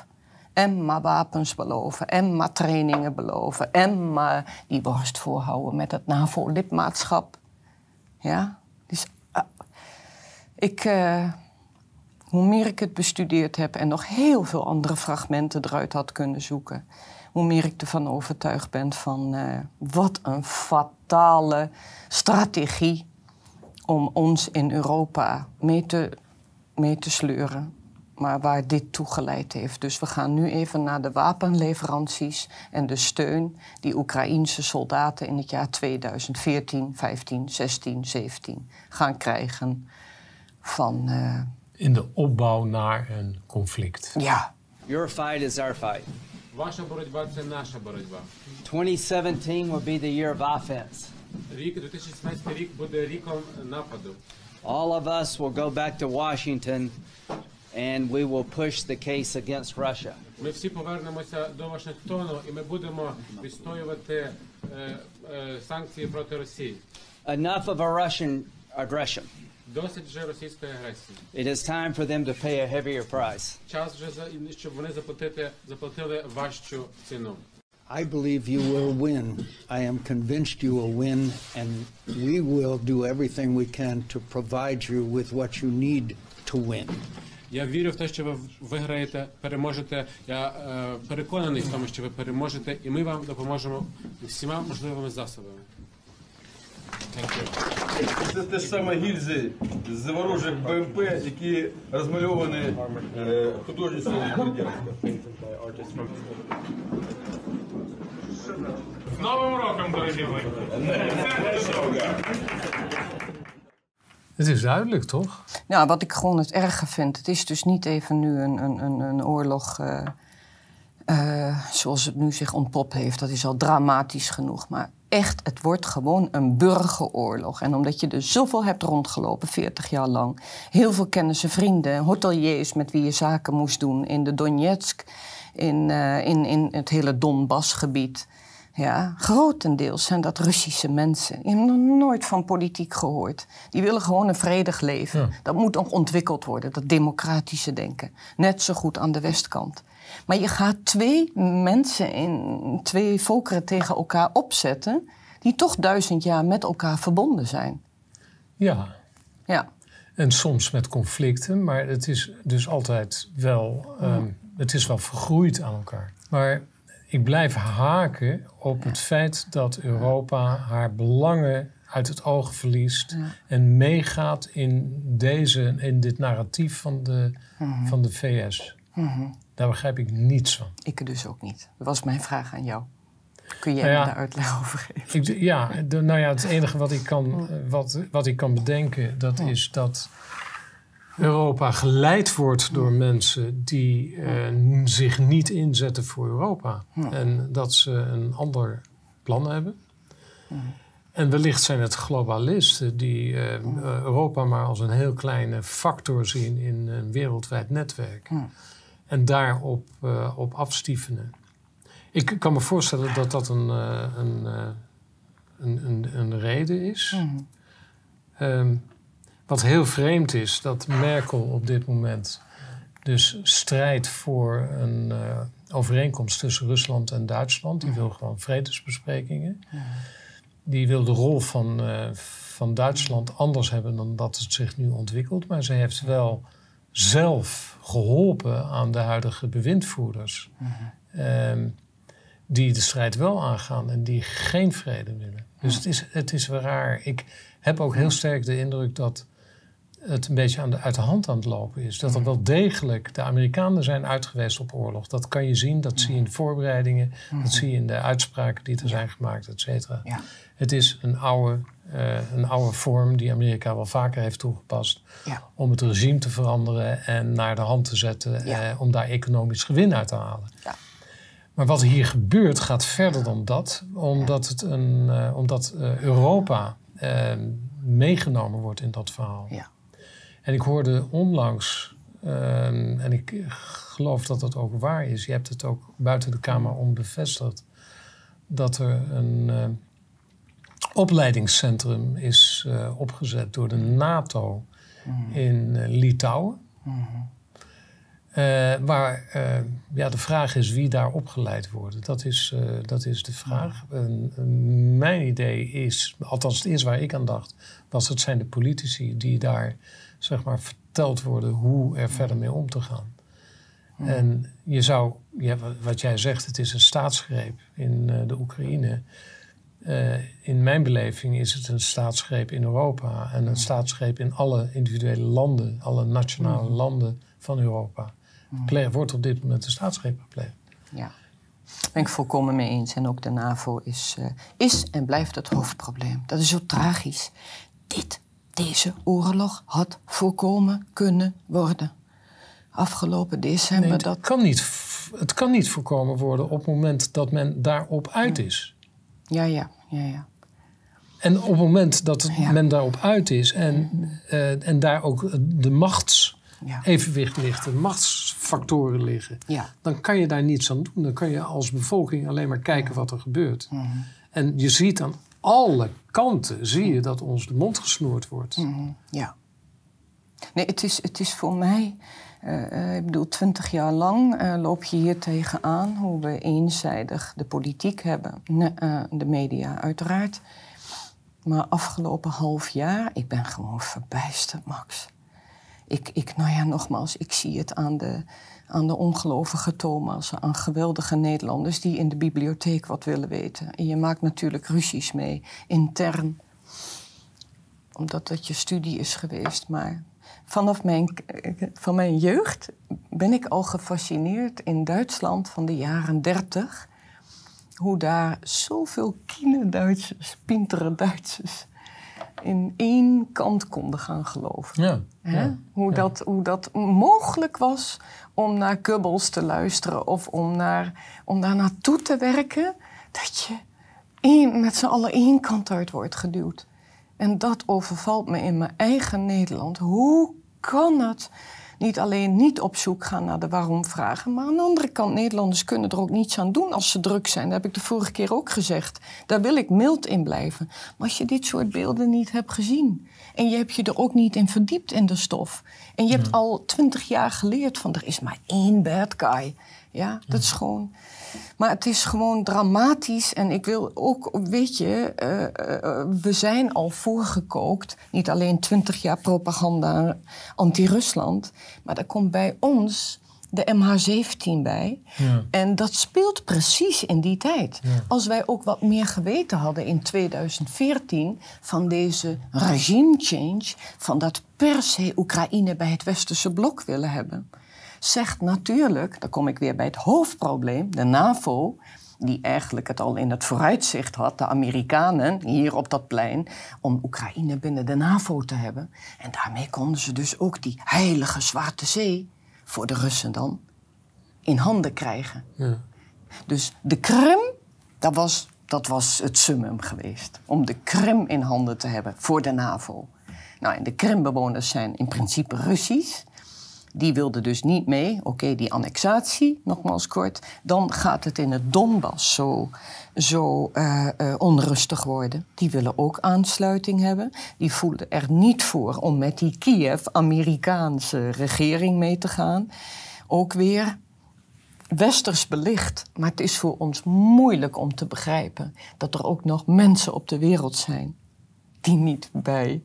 En maar wapens beloven, en maar trainingen beloven, en maar die borst voorhouden met het NAVO-lidmaatschap. Ja, dus uh, ik, uh, hoe meer ik het bestudeerd heb en nog heel veel andere fragmenten eruit had kunnen zoeken, hoe meer ik ervan overtuigd ben van uh, wat een fatale strategie om ons in Europa mee te, mee te sleuren. Maar waar dit toe geleid heeft. Dus we gaan nu even naar de wapenleveranties en de steun die Oekraïense soldaten in het jaar tweeduizend veertien, vijftien, zestien, zeventien gaan krijgen van... Uh... In de opbouw naar een conflict. Ja. Your fight is our fight. Ваша боротьба – це наша боротьба. twenty seventeen will be the year of offense. Рік дві тисячі сімнадцятий рік буде ріком нападу. All of us will go back to Washington and we will push the case against Russia. Ми всі повернемося до Вашингтону і ми будемо відстоювати е, е, санкції проти Росії. Enough of a Russian aggression. Досить вже російської агресії. It is time for them to pay a heavier price. Час вже щоб вони заплатити заплатили важчу ціну. I believe you will win. I am convinced you will win, and we will do everything we can to provide you with what you need to win. Я вірю в те, що ви виграєте, переможете. Я е, переконаний в тому, що ви переможете, і ми вам допоможемо всіма можливими засобами. Це те ж саме гільзи з ворожих БМП, які розмальовані е, художництвом Бердянська. З Новим роком, дорогі мої! Het is duidelijk, toch? Nou, wat ik gewoon het erge vind, het is dus niet even nu een, een, een oorlog uh, uh, zoals het nu zich ontpopt heeft. Dat is al dramatisch genoeg. Maar echt, het wordt gewoon een burgeroorlog. En omdat je er zoveel hebt rondgelopen, veertig jaar lang. Heel veel kennissen, vrienden, hoteliers met wie je zaken moest doen in de Donetsk, in, uh, in, in het hele Donbassgebied. Ja, grotendeels zijn dat Russische mensen. Je hebt nog nooit van politiek gehoord. Die willen gewoon een vredig leven. Ja. Dat moet nog ontwikkeld worden, dat democratische denken. Net zo goed aan de westkant. Maar je gaat twee mensen, in, twee volkeren tegen elkaar opzetten, die toch duizend jaar met elkaar verbonden zijn. Ja. Ja. En soms met conflicten, maar het is dus altijd wel, um, het is wel vergroeid aan elkaar. Maar ik blijf haken op het feit dat Europa haar belangen uit het oog verliest, ja, en meegaat in, deze, in dit narratief van de, mm-hmm. van de V S. Mm-hmm. Daar begrijp ik niets van. Ik dus ook niet. Dat was mijn vraag aan jou. Kun jij nou ja, me daar uitleg over geven? Ik, ja, de, nou ja, het enige wat ik kan, wat, wat ik kan bedenken, dat ja. is dat Europa geleid wordt door mensen die uh, zich niet inzetten voor Europa. Ja. En dat ze een ander plan hebben. Ja. En wellicht zijn het globalisten die uh, Europa maar als een heel kleine factor zien in een wereldwijd netwerk. Ja. En daarop uh, op afstiefenen. Ik kan me voorstellen dat dat een, uh, een, uh, een, een, een reden is. Mm-hmm. Um, wat heel vreemd is, dat Merkel op dit moment dus strijdt voor een uh, overeenkomst tussen Rusland en Duitsland. Die wil gewoon vredesbesprekingen. Mm-hmm. Die wil de rol van, uh, van Duitsland anders hebben dan dat het zich nu ontwikkelt. Maar ze heeft wel zelf geholpen aan de huidige bewindvoerders. Mm-hmm. Um, die de strijd wel aangaan en die geen vrede willen. Dus het is, het is wel raar. Ik heb ook heel sterk de indruk dat het een beetje aan de, uit de hand aan het lopen is. Dat er wel degelijk de Amerikanen zijn uit geweest op oorlog. Dat kan je zien, dat zie je in de voorbereidingen. Dat zie je in de uitspraken die er zijn gemaakt, et cetera. Ja. Het is een oude, uh, een oude vorm die Amerika wel vaker heeft toegepast. Ja. Om het regime te veranderen en naar de hand te zetten. Ja. Uh, om daar economisch gewin uit te halen. Ja. Maar wat hier gebeurt gaat verder dan dat. Omdat, het een, uh, omdat uh, Europa uh, meegenomen wordt in dat verhaal. Ja. En ik hoorde onlangs, uh, en ik geloof dat dat ook waar is. Je hebt het ook buiten de Kamer om bevestigd. Dat er een uh, opleidingscentrum is uh, opgezet door de NATO mm. in uh, Litouwen. Mm. Uh, maar uh, ja, de vraag is wie daar opgeleid wordt. Dat is, uh, dat is de vraag. Ja. Uh, mijn idee is, althans het eerste waar ik aan dacht, was het zijn de politici die daar zeg maar verteld worden hoe er verder mee om te gaan. Ja. En je zou, ja, wat jij zegt, het is een staatsgreep in uh, de Oekraïne. Uh, in mijn beleving is het een staatsgreep in Europa en een staatsgreep in alle individuele landen, alle nationale ja. landen van Europa. Pleeg, wordt op dit moment de staatsgreep gepleegd. Ja, daar ben ik volkomen mee eens. En ook de NAVO is, uh, is en blijft het hoofdprobleem. Dat is zo tragisch. Dit, deze oorlog had voorkomen kunnen worden. Afgelopen december... Nee, het, dat... kan niet, het kan niet voorkomen worden op het moment dat men daarop uit is. Ja, ja, ja, ja. En op het moment dat het, ja. men daarop uit is en, uh, en daar ook de machts... Ja. evenwicht ligt, de machtsfactoren liggen... Ja. dan kan je daar niets aan doen. Dan kan je als bevolking alleen maar kijken wat er gebeurt. Mm-hmm. En je ziet aan alle kanten zie je dat ons de mond gesnoerd wordt. Mm-hmm. Ja. Nee, het is, het is voor mij... Uh, ik bedoel, twintig jaar lang uh, loop je hier tegenaan... hoe we eenzijdig de politiek hebben. Ne, uh, de media uiteraard. Maar afgelopen half jaar... ik ben gewoon verbijsterd, Max... Ik, ik, nou ja, nogmaals, ik zie het aan de, aan de ongelovige Thomas... aan geweldige Nederlanders die in de bibliotheek wat willen weten. En je maakt natuurlijk ruzies mee, intern. Omdat dat je studie is geweest. Maar vanaf mijn, van mijn jeugd ben ik al gefascineerd in Duitsland van de jaren dertig... hoe daar zoveel kiele Duitsers, pintere Duitsers... in één kant konden gaan geloven. Ja, ja, hoe, ja. Dat, hoe dat mogelijk was om naar Goebbels te luisteren... of om, naar, om daar naartoe te werken... dat je één, met z'n allen één kant uit wordt geduwd. En dat overvalt me in mijn eigen Nederland. Hoe kan het niet alleen niet op zoek gaan naar de waarom-vragen... maar aan de andere kant, Nederlanders kunnen er ook niets aan doen als ze druk zijn. Dat heb ik de vorige keer ook gezegd. Daar wil ik mild in blijven. Maar als je dit soort beelden niet hebt gezien... en je hebt je er ook niet in verdiept in de stof... en je hebt ja. al twintig jaar geleerd van er is maar één bad guy... ja, dat is gewoon... Maar het is gewoon dramatisch en ik wil ook, weet je, uh, uh, we zijn al voorgekookt. Niet alleen twintig jaar propaganda anti-Rusland, maar er komt bij ons de M H zeventien bij. Ja. En dat speelt precies in die tijd. Ja. Als wij ook wat meer geweten hadden in tweeduizend veertien van deze regime change, van dat per se Oekraïne bij het westerse blok willen hebben... zegt natuurlijk, dan kom ik weer bij het hoofdprobleem, de NAVO... die eigenlijk het al in het vooruitzicht had, de Amerikanen hier op dat plein... om Oekraïne binnen de NAVO te hebben. En daarmee konden ze dus ook die heilige Zwarte Zee... voor de Russen dan, in handen krijgen. Ja. Dus de Krim, dat was, dat was het summum geweest. Om de Krim in handen te hebben voor de NAVO. Nou, en de Krimbewoners zijn in principe Russisch... Die wilden dus niet mee. Oké, okay, die annexatie, nogmaals kort. Dan gaat het in het Donbass zo, zo uh, uh, onrustig worden. Die willen ook aansluiting hebben. Die voelen er niet voor om met die Kiev-Amerikaanse regering mee te gaan. Ook weer westers belicht. Maar het is voor ons moeilijk om te begrijpen... dat er ook nog mensen op de wereld zijn... die niet bij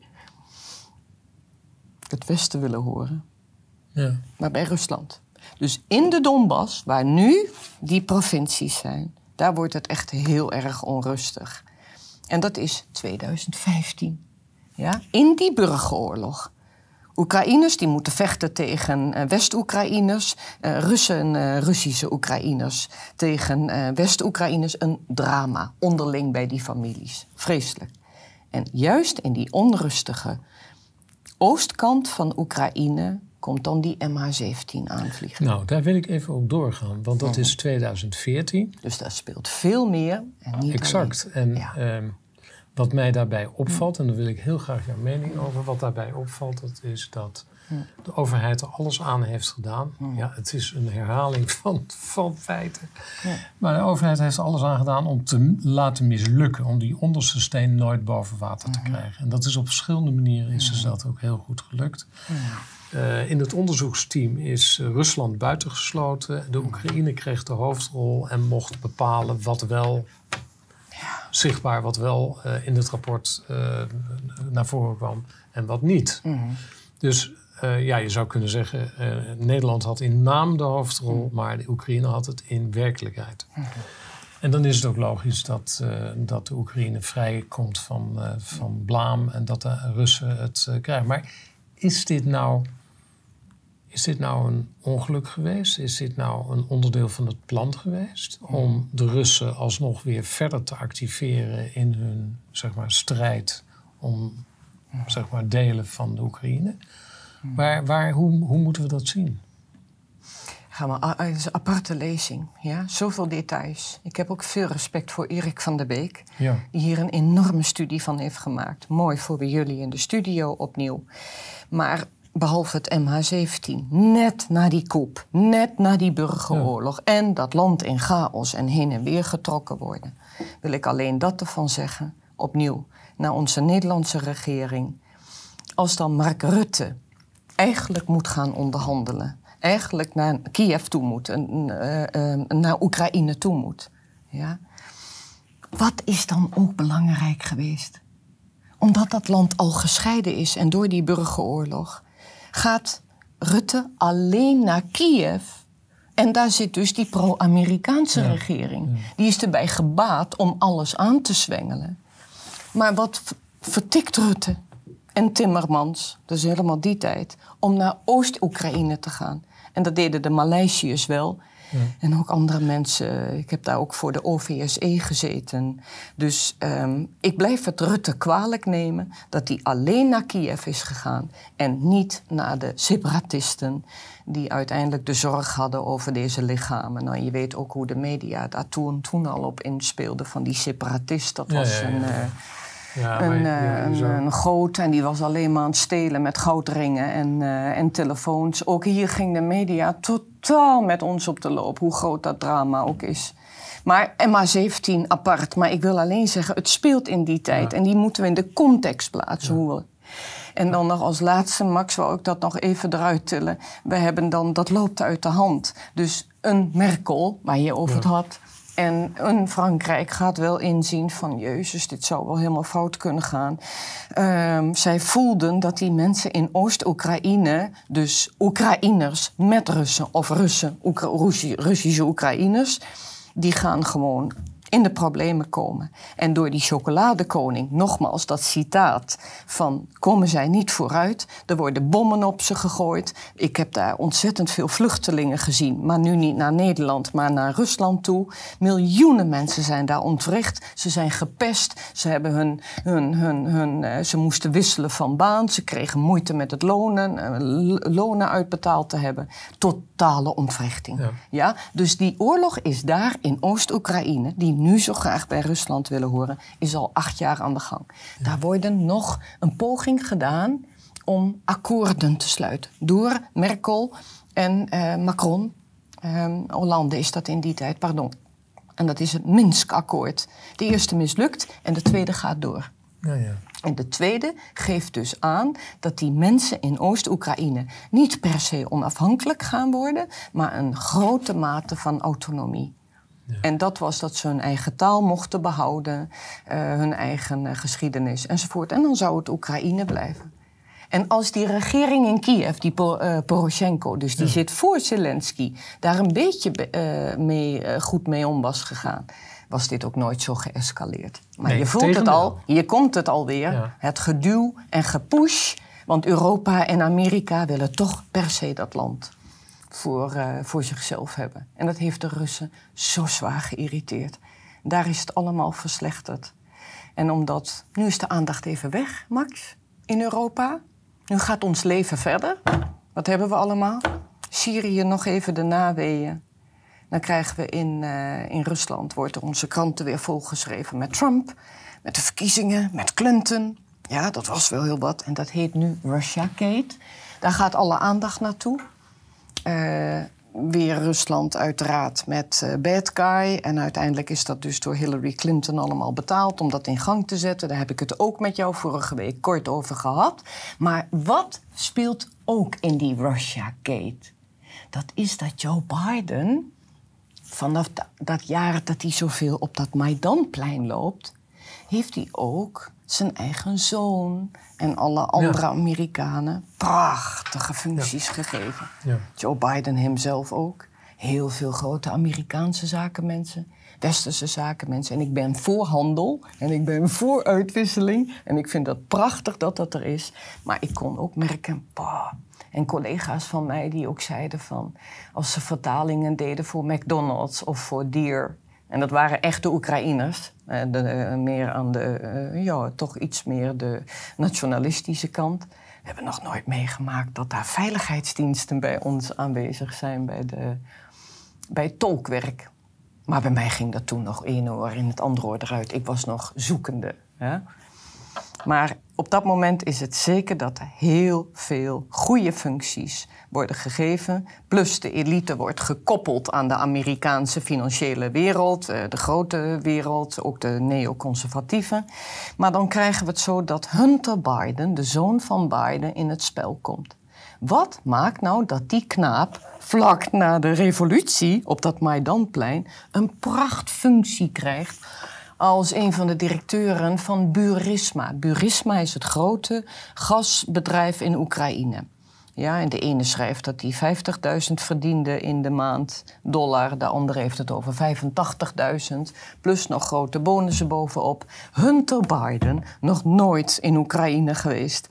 het Westen willen horen. Ja. Maar bij Rusland. Dus in de Donbass, waar nu die provincies zijn... daar wordt het echt heel erg onrustig. En dat is tweeduizend vijftien. Ja? In die burgeroorlog. Oekraïners die moeten vechten tegen uh, West-Oekraïners... Uh, Russen, uh, Russische Oekraïners tegen uh, West-Oekraïners. Een drama onderling bij die families. Vreselijk. En juist in die onrustige oostkant van Oekraïne... komt dan die M H zeventien aanvliegen. Nou, daar wil ik even op doorgaan, want dat is tweeduizend veertien. Dus daar speelt veel meer. En niet exact. alleen. En ja. um, wat mij daarbij opvalt, en daar wil ik heel graag jouw mening over. Wat daarbij opvalt, dat is dat de overheid er alles aan heeft gedaan. Ja, het is een herhaling van, van feiten. Ja. Maar de overheid heeft er alles aan gedaan om te laten mislukken. Om die onderste steen nooit boven water te krijgen. En dat is op verschillende manieren is dus dat ook heel goed gelukt. Uh, in het onderzoeksteam is uh, Rusland buitengesloten. De Oekraïne kreeg de hoofdrol en mocht bepalen wat wel zichtbaar, wat wel uh, in het rapport uh, naar voren kwam en wat niet. Mm-hmm. Dus uh, ja, je zou kunnen zeggen, uh, Nederland had in naam de hoofdrol, mm-hmm. maar de Oekraïne had het in werkelijkheid. Mm-hmm. En dan is het ook logisch dat, uh, dat de Oekraïne vrijkomt van, uh, van blaam en dat de Russen het uh, krijgen. Maar is dit nou... Is dit nou een ongeluk geweest? Is dit nou een onderdeel van het plan geweest? Om de Russen alsnog weer verder te activeren in hun zeg maar, strijd om zeg maar, delen van de Oekraïne? Waar, waar, hoe, hoe moeten we dat zien? Ga maar, het is een aparte lezing. Ja? Zoveel details. Ik heb ook veel respect voor Erik van der Beek. Ja. Die hier een enorme studie van heeft gemaakt. Mooi voor bij jullie in de studio opnieuw. Maar... behalve het M H zeventien, net na die coup, net na die burgeroorlog... Ja. en dat land in chaos en heen en weer getrokken worden... wil ik alleen dat ervan zeggen, opnieuw, naar onze Nederlandse regering... als dan Mark Rutte eigenlijk moet gaan onderhandelen... eigenlijk naar Kiev toe moet, uh, uh, naar Oekraïne toe moet... Ja? Wat is dan ook belangrijk geweest? Omdat dat land al gescheiden is en door die burgeroorlog... gaat Rutte alleen naar Kiev. En daar zit dus die pro-Amerikaanse ja. regering. Ja. Die is erbij gebaat om alles aan te zwengelen. Maar wat vertikt Rutte en Timmermans, dus helemaal die tijd... om naar Oost-Oekraïne te gaan. En dat deden de Maleisiërs wel... Ja. En ook andere mensen. Ik heb daar ook voor de O V S E gezeten. Dus um, ik blijf het Rutte kwalijk nemen... dat hij alleen naar Kiev is gegaan... en niet naar de separatisten... die uiteindelijk de zorg hadden over deze lichamen. Nou, je weet ook hoe de media daar toen, toen al op inspeelden... van die separatist, dat ja, was ja, ja, een... Uh, Ja, een, maar, ja, een, een goot en die was alleen maar aan het stelen met goudringen en, uh, en telefoons. Ook hier ging de media totaal met ons op de loop, hoe groot dat drama ook is. Maar M H zeventien apart, maar ik wil alleen zeggen, het speelt in die tijd. Ja. En die moeten we in de context plaatsen. Ja. Hoe we... En dan nog als laatste, Max, wou ik dat nog even eruit tillen. We hebben dan, dat loopt uit de hand. Dus een Merkel, waar je over ja. het had... En een Frankrijk gaat wel inzien van... Jezus, dit zou wel helemaal fout kunnen gaan. Um, zij voelden dat die mensen in Oost-Oekraïne... dus Oekraïners met Russen of Russen, Oekra- Russi- Russische Oekraïners... die gaan gewoon in de problemen komen. En door die chocoladekoning, nogmaals dat citaat van... komen zij niet vooruit, er worden bommen op ze gegooid. Ik heb daar ontzettend veel vluchtelingen gezien. Maar nu niet naar Nederland, maar naar Rusland toe. Miljoenen mensen zijn daar ontwricht. Ze zijn gepest. Ze, hebben hun, hun, hun, hun, uh, ze moesten wisselen van baan. Ze kregen moeite met het lonen, uh, lonen uitbetaald te hebben. Totale ontwrichting. Ja. Ja? Dus die oorlog is daar in Oost-Oekraïne... die nu zo graag bij Rusland willen horen, is al acht jaar aan de gang. Ja. Daar worden nog een poging gedaan om akkoorden te sluiten. Door Merkel en uh, Macron. Uh, Hollande is dat in die tijd, pardon. En dat is het Minsk-akkoord. De eerste mislukt en de tweede gaat door. Ja, ja. En de tweede geeft dus aan dat die mensen in Oost-Oekraïne... niet per se onafhankelijk gaan worden, maar een grote mate van autonomie. Ja. En dat was dat ze hun eigen taal mochten behouden, uh, hun eigen uh, geschiedenis enzovoort. En dan zou het Oekraïne blijven. En als die regering in Kiev, die po- uh, Poroshenko, dus die ja. zit voor Zelensky... daar een beetje uh, mee, uh, goed mee om was gegaan... was dit ook nooit zo geëscaleerd. Maar nee, je voelt het al, hier komt het alweer. Ja. Het geduw en gepush. Want Europa en Amerika willen toch per se dat land voor, uh, voor zichzelf hebben. En dat heeft de Russen zo zwaar geïrriteerd. Daar is het allemaal verslechterd. En omdat, nu is de aandacht even weg, Max, in Europa. Nu gaat ons leven verder. Wat hebben we allemaal? Syrië nog even de naweeën. Dan krijgen we in, uh, in Rusland, wordt er onze kranten weer volgeschreven met Trump, met de verkiezingen, met Clinton. Ja, dat was wel heel wat. En dat heet nu Russiagate. Daar gaat alle aandacht naartoe. Uh, weer Rusland uiteraard met uh, bad guy. En uiteindelijk is dat dus door Hillary Clinton allemaal betaald om dat in gang te zetten. Daar heb ik het ook met jou vorige week kort over gehad. Maar wat speelt ook in die Russiagate? Dat is dat Joe Biden, vanaf da- dat jaar dat hij zoveel op dat Maidanplein loopt, heeft hij ook zijn eigen zoon en alle andere ja. Amerikanen prachtige functies ja. gegeven. Ja. Joe Biden hemzelf ook. Heel veel grote Amerikaanse zakenmensen, westerse zakenmensen. En ik ben voor handel en ik ben voor uitwisseling. En ik vind dat prachtig dat dat er is. Maar ik kon ook merken, bah, en collega's van mij die ook zeiden van, als ze vertalingen deden voor McDonald's of voor Deere, en dat waren echte Oekraïners, uh, de, uh, meer aan de, uh, ja, toch iets meer de nationalistische kant. We hebben nog nooit meegemaakt dat daar veiligheidsdiensten bij ons aanwezig zijn bij, de, bij het tolkwerk. Maar bij mij ging dat toen nog één oor in het andere oor eruit. Ik was nog zoekende. Hè? Maar op dat moment is het zeker dat er heel veel goede functies worden gegeven. Plus de elite wordt gekoppeld aan de Amerikaanse financiële wereld, de grote wereld, ook de neoconservatieven. Maar dan krijgen we het zo dat Hunter Biden, de zoon van Biden, in het spel komt. Wat maakt nou dat die knaap vlak na de revolutie op dat Maidanplein een prachtfunctie krijgt als een van de directeuren van Burisma. Burisma is het grote gasbedrijf in Oekraïne. Ja, en de ene schrijft dat hij vijftigduizend verdiende in de maand dollar. De andere heeft het over vijfentachtigduizend. Plus nog grote bonussen bovenop. Hunter Biden, nog nooit in Oekraïne geweest.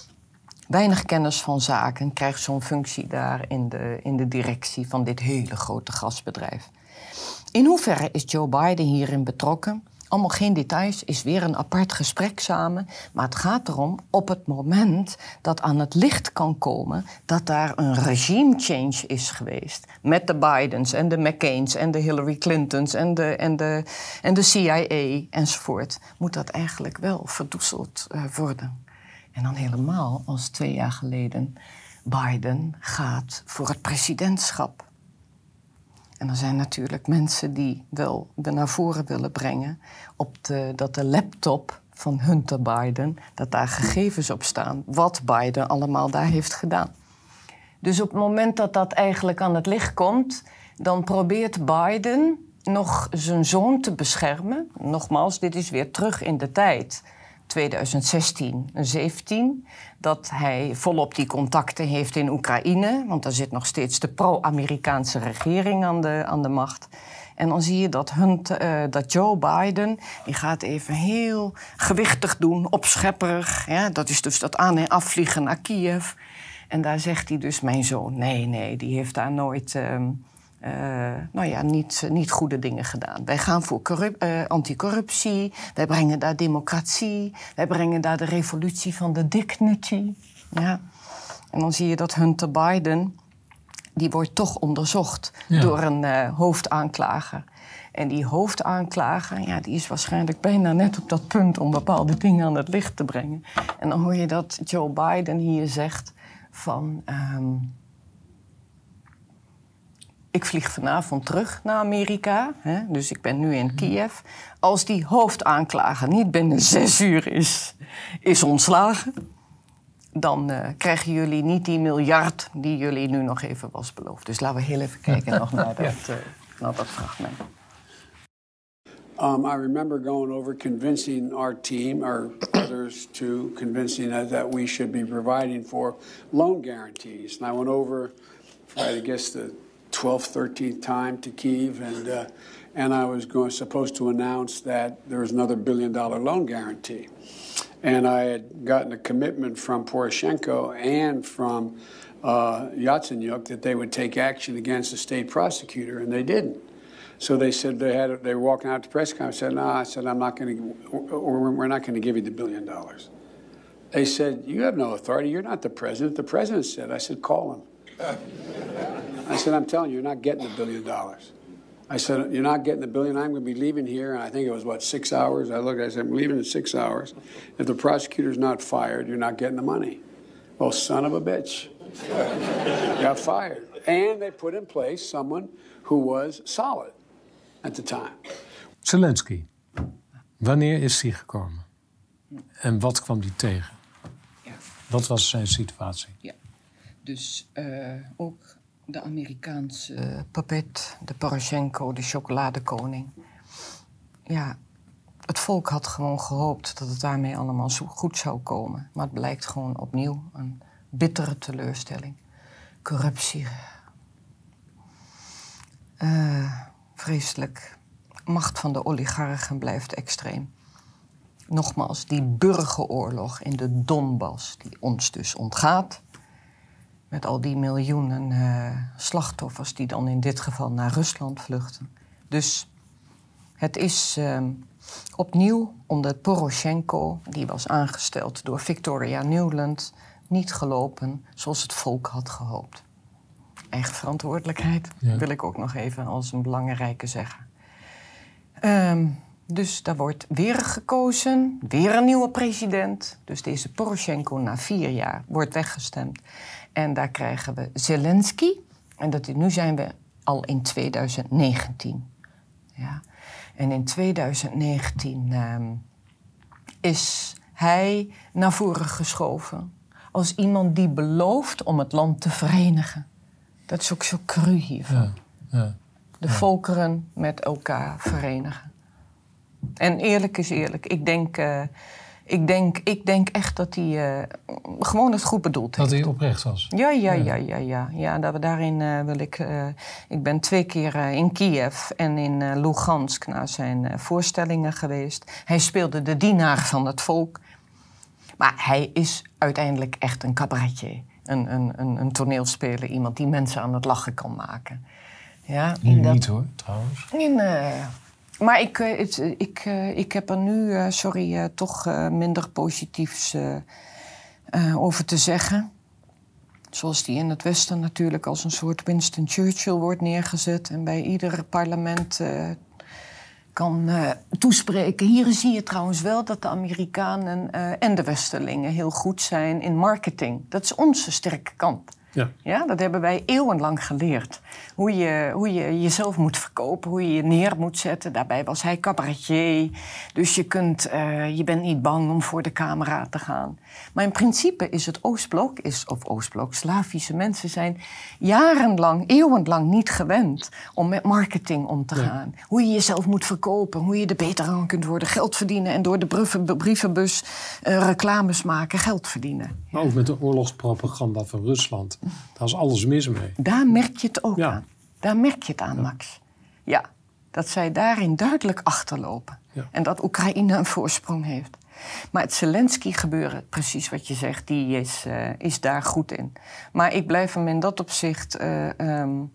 Weinig kennis van zaken, krijgt zo'n functie daar in de, in de directie van dit hele grote gasbedrijf. In hoeverre is Joe Biden hierin betrokken? Allemaal geen details, is weer een apart gesprek samen. Maar het gaat erom, op het moment dat aan het licht kan komen dat daar een regime change is geweest. Met de Bidens en de McCains en de Hillary Clintons en de, en de, en de C I A enzovoort. Moet dat eigenlijk wel verdoezeld uh, worden. En dan helemaal als twee jaar geleden Biden gaat voor het presidentschap. En er zijn natuurlijk mensen die wel naar voren willen brengen op de, dat de laptop van Hunter Biden, dat daar gegevens op staan, wat Biden allemaal daar heeft gedaan. Dus op het moment dat dat eigenlijk aan het licht komt, dan probeert Biden nog zijn zoon te beschermen. Nogmaals, dit is weer terug in de tijd, twintig zestien zeventien, dat hij volop die contacten heeft in Oekraïne, want daar zit nog steeds de pro-Amerikaanse regering aan de, aan de macht. En dan zie je dat, Hunt, uh, dat Joe Biden, die gaat even heel gewichtig doen, opschepperig. Ja, dat is dus dat aan- en afvliegen naar Kiev. En daar zegt hij dus, mijn zoon, nee, nee, die heeft daar nooit Uh, Uh, nou ja, niet, niet goede dingen gedaan. Wij gaan voor corrup- uh, anticorruptie, wij brengen daar democratie, wij brengen daar de revolutie van de dignity. Ja. En dan zie je dat Hunter Biden, die wordt toch onderzocht ja. door een uh, hoofdaanklager. En die hoofdaanklager, ja, die is waarschijnlijk bijna net op dat punt om bepaalde dingen aan het licht te brengen. En dan hoor je dat Joe Biden hier zegt van Um, ik vlieg vanavond terug naar Amerika, hè, dus ik ben nu in Kiev. Als die hoofdaanklager niet binnen zes uur is, is ontslagen, dan uh, krijgen jullie niet die miljard die jullie nu nog even was beloofd. Dus laten we heel even kijken nog naar dat, uh, naar dat fragment. Um, I remember going over convincing our team, our others to convincing us that we should be providing for loan guarantees. And I went over for, I guess, the twelfth, thirteenth time to Kyiv, and uh, and I was going supposed to announce that there was another billion dollar loan guarantee. And I had gotten a commitment from Poroshenko and from uh, Yatsenyuk that they would take action against the state prosecutor, and they didn't. So they said they had they were walking out the press conference. I said, "No," I said, "I'm not going to, or we're not going to give you the billion dollars." They said, "You have no authority. You're not the president." The president said. I said, "Call him." I said, "I'm telling you, you're not getting the billion dollars." I said, you're not getting the billion. I'm going to be leaving here. And I think it was, what, six hours? I looked, I said, I'm leaving in six hours. If the prosecutor's not fired, you're not getting the money. Well, son of a bitch. Got fired. And they put in place someone who was solid at the time. Zelensky. Wanneer is hij gekomen? En wat kwam hij tegen? Ja. Wat was zijn situatie? Ja. Dus uh, ook de Amerikaanse uh, puppet, de Poroshenko, de chocoladekoning. Ja, het volk had gewoon gehoopt dat het daarmee allemaal zo goed zou komen. Maar het blijkt gewoon opnieuw een bittere teleurstelling. Corruptie. Uh, vreselijk. Macht van de oligarchen blijft extreem. Nogmaals, die burgeroorlog in de Donbass, die ons dus ontgaat. Met al die miljoenen uh, slachtoffers die dan in dit geval naar Rusland vluchten. Dus het is uh, opnieuw onder Poroshenko, die was aangesteld door Victoria Nuland, niet gelopen zoals het volk had gehoopt. Eigen verantwoordelijkheid, ja. Wil ik ook nog even als een belangrijke zeggen. Um, dus daar wordt weer gekozen, weer een nieuwe president. Dus deze Poroshenko na vier jaar wordt weggestemd. En daar krijgen we Zelensky. En dat, nu zijn we al in twintig negentien. Ja. En in twintig negentien um, is hij naar voren geschoven als iemand die belooft om het land te verenigen. Dat is ook zo cru hiervan. Ja, ja, de ja. volkeren met elkaar verenigen. En eerlijk is eerlijk. Ik denk, uh, ik denk, ik denk echt dat hij uh, gewoon het goed bedoeld heeft. Dat hij oprecht was? Ja, ja, ja, ja. ja. ja dat we daarin uh, wil ik... Uh, ik ben twee keer uh, in Kiev en in uh, Lugansk naar zijn uh, voorstellingen geweest. Hij speelde de dienaar van het volk. Maar hij is uiteindelijk echt een cabaretier. Een, een, een, een toneelspeler, iemand die mensen aan het lachen kan maken. Ja, nu dat... niet hoor, trouwens. In, uh... Maar ik, uh, het, ik, uh, ik heb er nu, uh, sorry, uh, toch uh, minder positiefs uh, uh, over te zeggen. Zoals die in het Westen natuurlijk als een soort Winston Churchill wordt neergezet. En bij ieder parlement uh, kan uh, toespreken. Hier zie je trouwens wel dat de Amerikanen uh, en de Westerlingen heel goed zijn in marketing. Dat is onze sterke kant. Ja. Ja, dat hebben wij eeuwenlang geleerd. Hoe je, hoe je jezelf moet verkopen, hoe je je neer moet zetten. Daarbij was hij cabaretier. Dus je, kunt, uh, je bent niet bang om voor de camera te gaan. Maar in principe is het Oostblok, is, of Oostblok, Slavische mensen zijn jarenlang, eeuwenlang niet gewend om met marketing om te gaan. Ja. Hoe je jezelf moet verkopen, hoe je er beter aan kunt worden, geld verdienen en door de brievenbus uh, reclames maken, geld verdienen. Maar ook met de oorlogspropaganda van Rusland. Daar is alles mis mee. Daar merk je het ook ja. aan. Daar merk je het aan, Max. Ja, dat zij daarin duidelijk achterlopen. Ja. En dat Oekraïne een voorsprong heeft. Maar het Zelensky-gebeuren, precies wat je zegt, die is, uh, is daar goed in. Maar ik blijf hem in dat opzicht... Uh, um,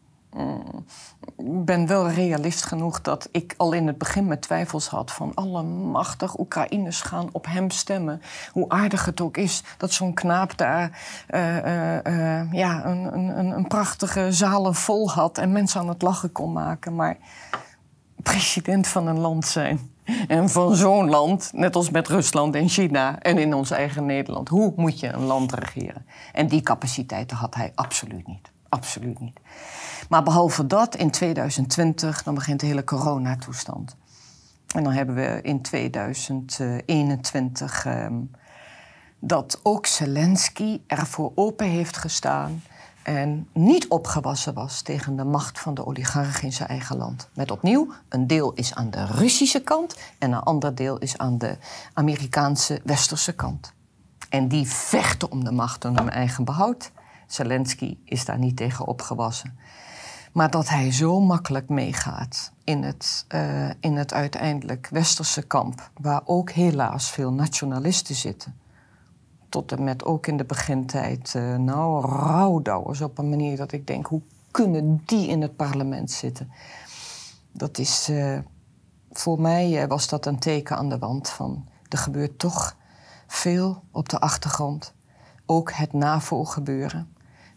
Ik ben wel realist genoeg dat ik al in het begin mijn twijfels had van allemachtig, Oekraïners gaan op hem stemmen. Hoe aardig het ook is dat zo'n knaap daar uh, uh, uh, ja, een, een, een prachtige zalen vol had en mensen aan het lachen kon maken. Maar president van een land zijn en van zo'n land, net als met Rusland en China en in ons eigen Nederland. Hoe moet je een land regeren? En die capaciteiten had hij absoluut niet. Absoluut niet. Maar behalve dat, in twintig twintig, dan begint de hele coronatoestand. En dan hebben we in twintig eenentwintig um, dat ook Zelensky ervoor open heeft gestaan en niet opgewassen was tegen de macht van de oligarchen in zijn eigen land. Met opnieuw, een deel is aan de Russische kant en een ander deel is aan de Amerikaanse westerse kant. En die vechten om de macht en hun eigen behoud. Zelensky is daar niet tegen opgewassen. Maar dat hij zo makkelijk meegaat in het, uh, in het uiteindelijk westerse kamp, waar ook helaas veel nationalisten zitten. Tot en met ook in de begintijd, uh, nou, rouwdouwers op een manier dat ik denk, hoe kunnen die in het parlement zitten? Dat is, uh, voor mij uh, was dat een teken aan de wand van, er gebeurt toch veel op de achtergrond. Ook het NAVO-gebeuren.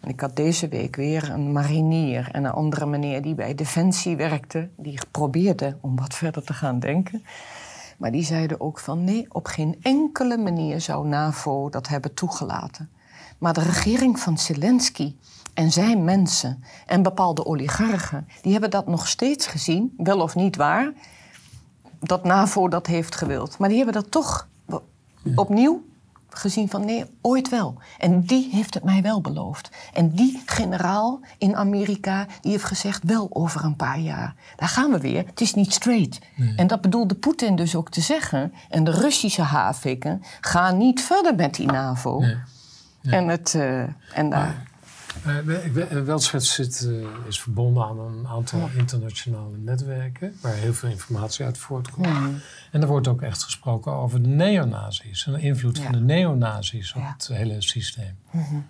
En ik had deze week weer een marinier en een andere meneer die bij Defensie werkte. Die probeerde om wat verder te gaan denken. Maar die zeiden ook van nee, op geen enkele manier zou NAVO dat hebben toegelaten. Maar de regering van Zelensky en zijn mensen en bepaalde oligarchen, die hebben dat nog steeds gezien, wel of niet waar, dat NAVO dat heeft gewild. Maar die hebben dat toch opnieuw gezien van nee, ooit wel. En die heeft het mij wel beloofd. En die generaal in Amerika, die heeft gezegd wel over een paar jaar. Daar gaan we weer. Het is niet straight. Nee. En dat bedoelde Poetin dus ook te zeggen. En de Russische haviken gaan niet verder met die NAVO. Nee. Nee. En het... Uh, en daar... Uh, Welzet zit, uh, is verbonden aan een aantal ja. internationale netwerken waar heel veel informatie uit voortkomt. Mm. En er wordt ook echt gesproken over de neonazis en de invloed ja. van de neonazis op ja. het hele systeem. Mm-hmm.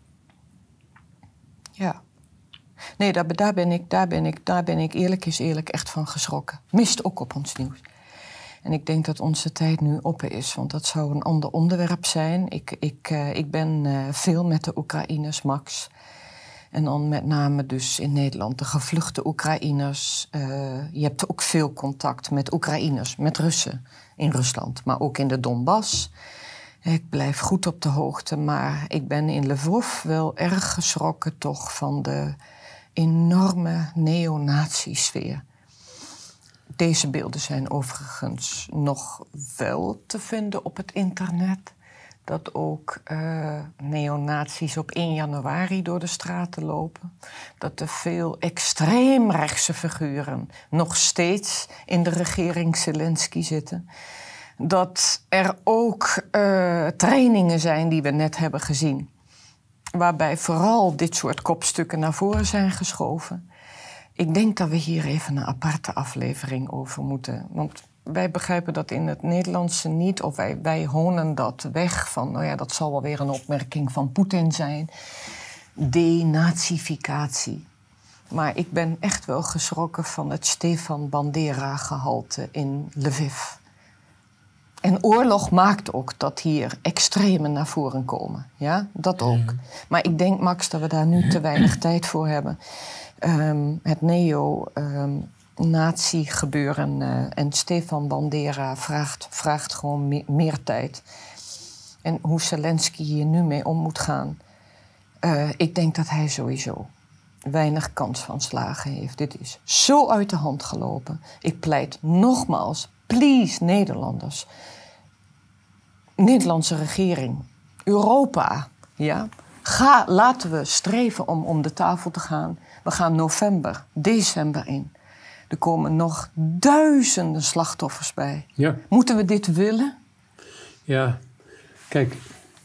Ja. Nee, daar, daar, ben ik, daar, ben ik, daar ben ik eerlijk is eerlijk echt van geschrokken. Mist ook op ons nieuws. En ik denk dat onze tijd nu op is, want dat zou een ander onderwerp zijn. Ik, ik, uh, ik ben uh, veel met de Oekraïners, Max. En dan met name dus in Nederland de gevluchte Oekraïners. Uh, je hebt ook veel contact met Oekraïners, met Russen in Rusland. Maar ook in de Donbass. Ik blijf goed op de hoogte, maar ik ben in Lvov wel erg geschrokken toch van de enorme neonazi-sfeer. Deze beelden zijn overigens nog wel te vinden op het internet. Dat ook uh, neonazies op één januari door de straten lopen. Dat er veel extreemrechtse figuren nog steeds in de regering Zelensky zitten. Dat er ook uh, trainingen zijn die we net hebben gezien. Waarbij vooral dit soort kopstukken naar voren zijn geschoven. Ik denk dat we hier even een aparte aflevering over moeten. Want wij begrijpen dat in het Nederlandse niet. Of wij, wij honen dat weg van, nou ja, dat zal wel weer een opmerking van Poetin zijn. Denazificatie. Maar ik ben echt wel geschrokken van het Stefan Bandera-gehalte in Lviv. En oorlog maakt ook dat hier extremen naar voren komen. Ja, dat ook. Maar ik denk, Max, dat we daar nu te weinig tijd voor hebben. Um, het neo-nazi-gebeuren um, uh, en Stefan Bandera vraagt, vraagt gewoon me- meer tijd. En hoe Zelensky hier nu mee om moet gaan. Uh, ik denk dat hij sowieso weinig kans van slagen heeft. Dit is zo uit de hand gelopen. Ik pleit nogmaals, please Nederlanders. Nederlandse regering, Europa, ja. Ga, laten we streven om om de tafel te gaan. We gaan november, december in. Er komen nog duizenden slachtoffers bij. Ja. Moeten we dit willen? Ja, kijk.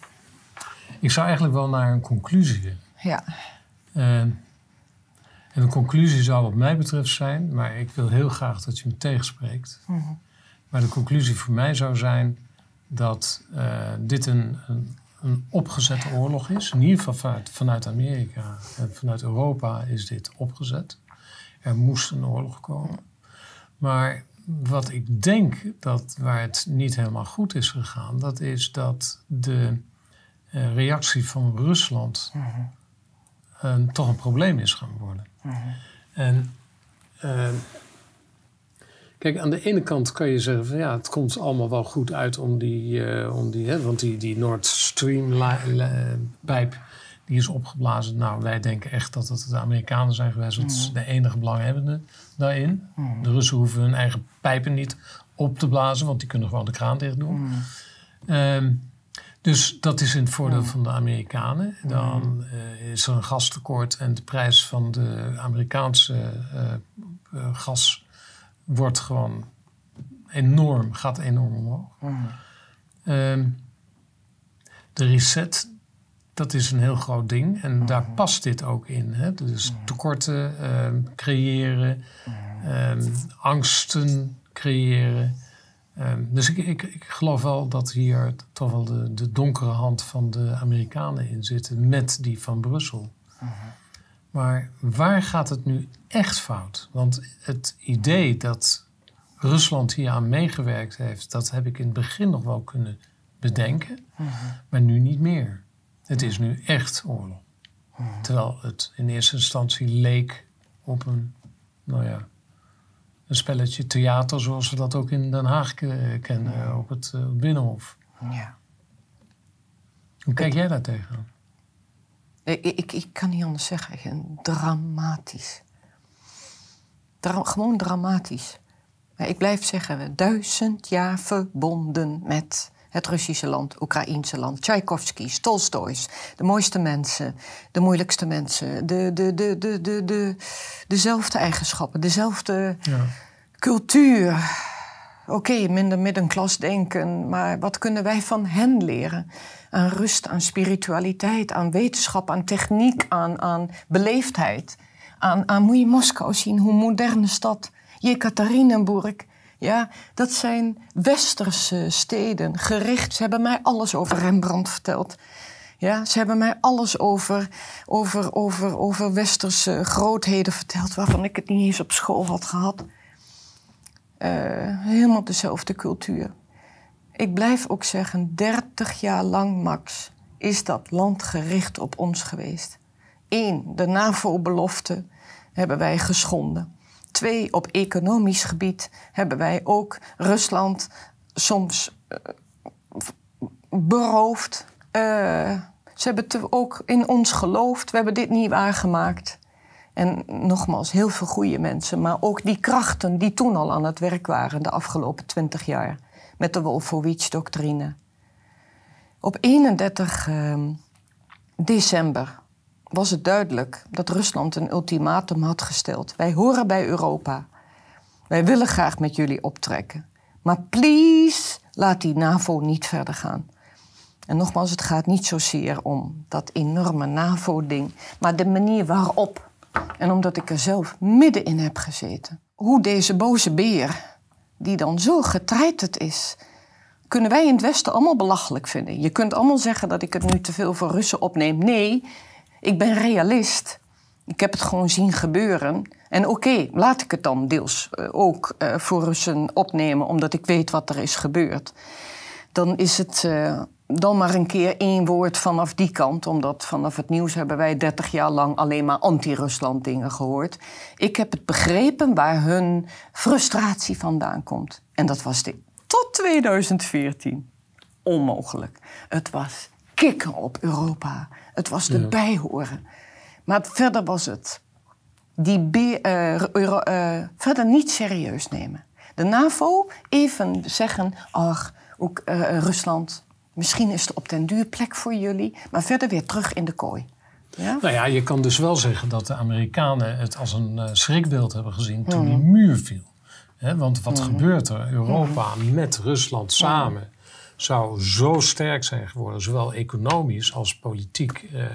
Ik zou eigenlijk wel naar een conclusie willen. Ja. Uh, en de conclusie zou wat mij betreft zijn, maar ik wil heel graag dat je me tegenspreekt. Mm-hmm. Maar de conclusie voor mij zou zijn dat uh, dit een, een, een opgezette oorlog is. In ieder geval vanuit, vanuit Amerika en vanuit Europa is dit opgezet. Er moest een oorlog komen. Maar wat ik denk dat waar het niet helemaal goed is gegaan, dat is dat de uh, reactie van Rusland mm-hmm. uh, toch een probleem is gaan worden. Mm-hmm. En uh, kijk, aan de ene kant kan je zeggen van ja, het komt allemaal wel goed uit om die, uh, om die hè, want die, die Nord Stream li- li- pijp die is opgeblazen. Nou, wij denken echt dat het de Amerikanen zijn geweest, want mm-hmm. de enige belanghebbende daarin. Mm-hmm. De Russen hoeven hun eigen pijpen niet op te blazen, want die kunnen gewoon de kraan dicht doen. Mm-hmm. Um, dus dat is in het voordeel mm-hmm. van de Amerikanen. Dan uh, is er een gastekort en de prijs van de Amerikaanse uh, uh, gas wordt gewoon enorm, gaat enorm omhoog. Mm. Um, de reset, dat is een heel groot ding. En mm. daar past dit ook in. Hè? Dus mm. tekorten um, creëren, um, angsten creëren. Um, dus ik, ik, ik geloof wel dat hier toch wel de, de donkere hand van de Amerikanen in zit. Met die van Brussel. Mm. Maar waar gaat het nu echt fout? Want het idee dat Rusland hier aan meegewerkt heeft, dat heb ik in het begin nog wel kunnen bedenken. Mm-hmm. Maar nu niet meer. Het is nu echt oorlog. Mm. Terwijl het in eerste instantie leek op een, nou ja, een spelletje theater zoals we dat ook in Den Haag kennen, mm. op het uh, Binnenhof. Ja. Hoe kijk jij daar tegenaan? Ik, ik, ik kan niet anders zeggen. Dramatisch. Dra- gewoon dramatisch. Maar ik blijf zeggen, duizend jaar verbonden met het Russische land, Oekraïense land, Tchaikovsky's, Tolstoy's, de mooiste mensen, de moeilijkste mensen, de, de, de, de, de, de, dezelfde eigenschappen, dezelfde ja. cultuur. Oké, okay, minder middenklas denken, maar wat kunnen wij van hen leren? Aan rust, aan spiritualiteit, aan wetenschap, aan techniek, aan, aan beleefdheid. Aan, aan moet je Moskou zien, hoe moderne stad. Jekaterinenburg, ja, dat zijn westerse steden, gericht. Ze hebben mij alles over Rembrandt verteld. Ja, ze hebben mij alles over, over, over, over westerse grootheden verteld, waarvan ik het niet eens op school had gehad. Uh, helemaal dezelfde cultuur. Ik blijf ook zeggen, dertig jaar lang max is dat land gericht op ons geweest. Eén, de NAVO-belofte hebben wij geschonden. Twee, op economisch gebied hebben wij ook Rusland soms uh, beroofd. Uh, ze hebben te, ook in ons geloofd. We hebben dit niet waargemaakt. En nogmaals, heel veel goede mensen. Maar ook die krachten die toen al aan het werk waren de afgelopen twintig jaar. Met de Wolfowitz-doctrine. Op eenendertig december was het duidelijk dat Rusland een ultimatum had gesteld. Wij horen bij Europa. Wij willen graag met jullie optrekken. Maar please, laat die NAVO niet verder gaan. En nogmaals, het gaat niet zozeer om dat enorme NAVO-ding, maar de manier waarop. En omdat ik er zelf middenin heb gezeten. Hoe deze boze beer, die dan zo getreiterd is, kunnen wij in het Westen allemaal belachelijk vinden. Je kunt allemaal zeggen dat ik het nu te veel voor Russen opneem. Nee, ik ben realist. Ik heb het gewoon zien gebeuren. En oké, okay, laat ik het dan deels uh, ook uh, voor Russen opnemen, omdat ik weet wat er is gebeurd. Dan is het uh, dan maar een keer één woord vanaf die kant, omdat vanaf het nieuws hebben wij dertig jaar lang alleen maar anti-Rusland dingen gehoord. Ik heb het begrepen waar hun frustratie vandaan komt. En dat was de, tot tweeduizend veertien onmogelijk. Het was kikken op Europa. Het was erbij ja. horen. Maar verder was het die be- uh, Euro- uh, verder niet serieus nemen. De NAVO even zeggen, ach, ook uh, Rusland, misschien is het op den duur plek voor jullie, maar verder weer terug in de kooi. Ja? Nou ja, je kan dus wel zeggen dat de Amerikanen het als een uh, schrikbeeld hebben gezien toen mm. die muur viel. He, want wat mm. gebeurt er? Europa mm. met Rusland samen mm. zou zo sterk zijn geworden, zowel economisch als politiek, uh, uh,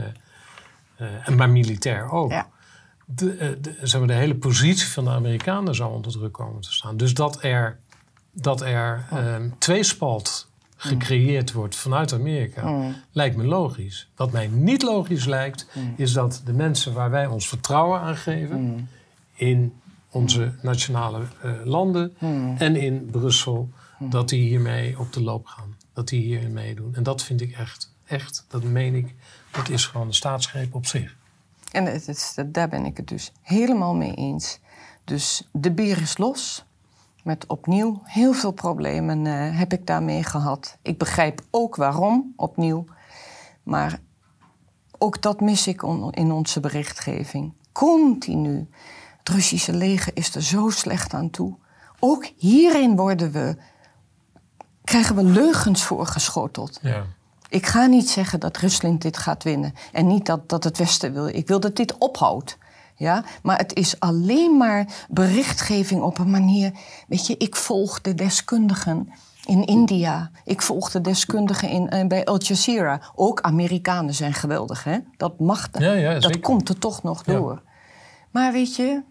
uh, maar militair ook. Ja. De, uh, de, zeg maar, de hele positie van de Amerikanen zou onder druk komen te staan. Dus dat er, dat er uh, tweespalt gecreëerd wordt vanuit Amerika, mm. lijkt me logisch. Wat mij niet logisch lijkt, mm. is dat de mensen waar wij ons vertrouwen aan geven, mm. in onze nationale uh, landen mm. en in Brussel, mm. dat die hiermee op de loop gaan. Dat die hierin meedoen. En dat vind ik echt, echt, dat meen ik, dat is gewoon een staatsgreep op zich. En het is, daar ben ik het dus helemaal mee eens. Dus de beer is los. Met opnieuw heel veel problemen uh, heb ik daarmee gehad. Ik begrijp ook waarom, opnieuw. Maar ook dat mis ik on- in onze berichtgeving. Continu. Het Russische leger is er zo slecht aan toe. Ook hierin worden we, krijgen we leugens voorgeschoteld. Ja. Ik ga niet zeggen dat Rusland dit gaat winnen. En niet dat, dat het Westen wil. Ik wil dat dit ophoudt. Ja? Maar het is alleen maar berichtgeving op een manier. Weet je, ik volg de deskundigen in India. Ik volg de deskundigen in, uh, bij Al Jazeera. Ook Amerikanen zijn geweldig, hè? Dat mag. Ja, ja, dat komt er toch nog door. Ja. Maar weet je,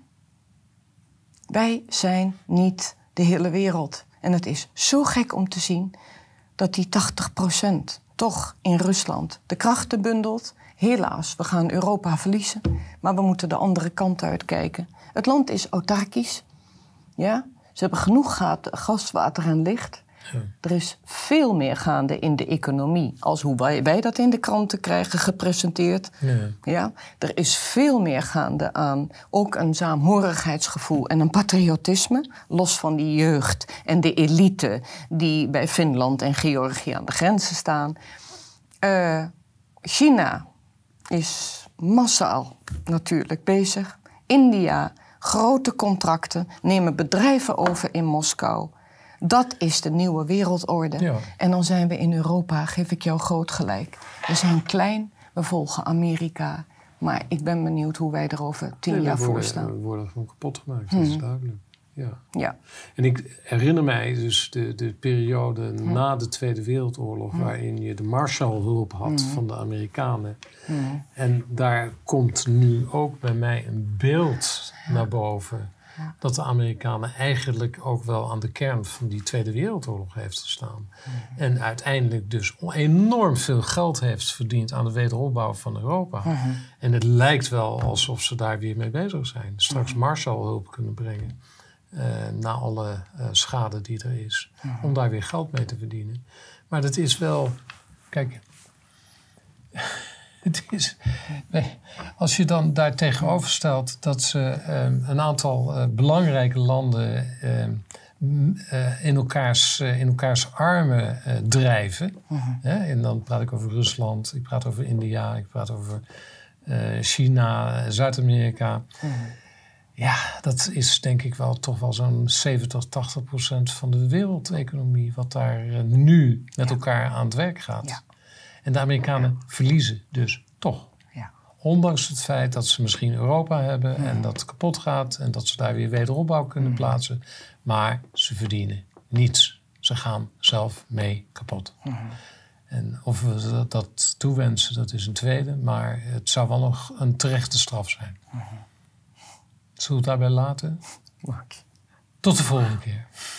wij zijn niet de hele wereld. En het is zo gek om te zien dat die tachtig procent toch in Rusland de krachten bundelt. Helaas, we gaan Europa verliezen, maar we moeten de andere kant uitkijken. Het land is autarkisch. Ja? Ze hebben genoeg gas, water en licht. Ja. Er is veel meer gaande in de economie als hoe wij, wij dat in de kranten krijgen gepresenteerd. Ja. Ja? Er is veel meer gaande aan ook een saamhorigheidsgevoel en een patriotisme, los van die jeugd en de elite die bij Finland en Georgië aan de grenzen staan. Uh, China is massaal natuurlijk bezig. India, grote contracten, nemen bedrijven over in Moskou. Dat is de nieuwe wereldorde. Ja. En dan zijn we in Europa, geef ik jou groot gelijk. We zijn klein, we volgen Amerika. Maar ik ben benieuwd hoe wij er over tien nee, jaar worden, voor staan. We worden gewoon kapot gemaakt, hmm. dat is duidelijk. Ja. Ja. En ik herinner mij dus de, de periode hmm. na de Tweede Wereldoorlog... Hmm. waarin je de Marshallhulp had hmm. van de Amerikanen. Hmm. En daar komt nu ook bij mij een beeld ja. naar boven... Ja. dat de Amerikanen eigenlijk ook wel aan de kern van die Tweede Wereldoorlog heeft gestaan. Hmm. En uiteindelijk dus enorm veel geld heeft verdiend aan de wederopbouw van Europa. Hmm. En het lijkt wel alsof ze daar weer mee bezig zijn. Straks hmm. Marshallhulp kunnen brengen. Uh, na alle uh, schade die er is. Mm-hmm. Om daar weer geld mee te verdienen. Maar dat is wel... Kijk... het is... Als je dan daar tegenover stelt... dat ze uh, een aantal uh, belangrijke landen... Uh, uh, in, elkaars, uh, in elkaars armen uh, drijven. Mm-hmm. Hè? En dan praat ik over Rusland. Ik praat over India. Ik praat over uh, China, Zuid-Amerika... Mm-hmm. Ja, dat is denk ik wel toch wel zo'n zeventig, tachtig procent van de wereldeconomie... wat daar uh, nu met ja. elkaar aan het werk gaat. Ja. En de Amerikanen ja. verliezen dus toch. Ja. Ondanks het feit dat ze misschien Europa hebben... Ja. en dat het kapot gaat en dat ze daar weer wederopbouw kunnen ja. plaatsen. Maar ze verdienen niets. Ze gaan zelf mee kapot. Ja. En of we dat, dat toewensen, dat is een tweede. Maar het zou wel nog een terechte straf zijn. Ja. Zullen we het daarbij laten? Tot de volgende keer.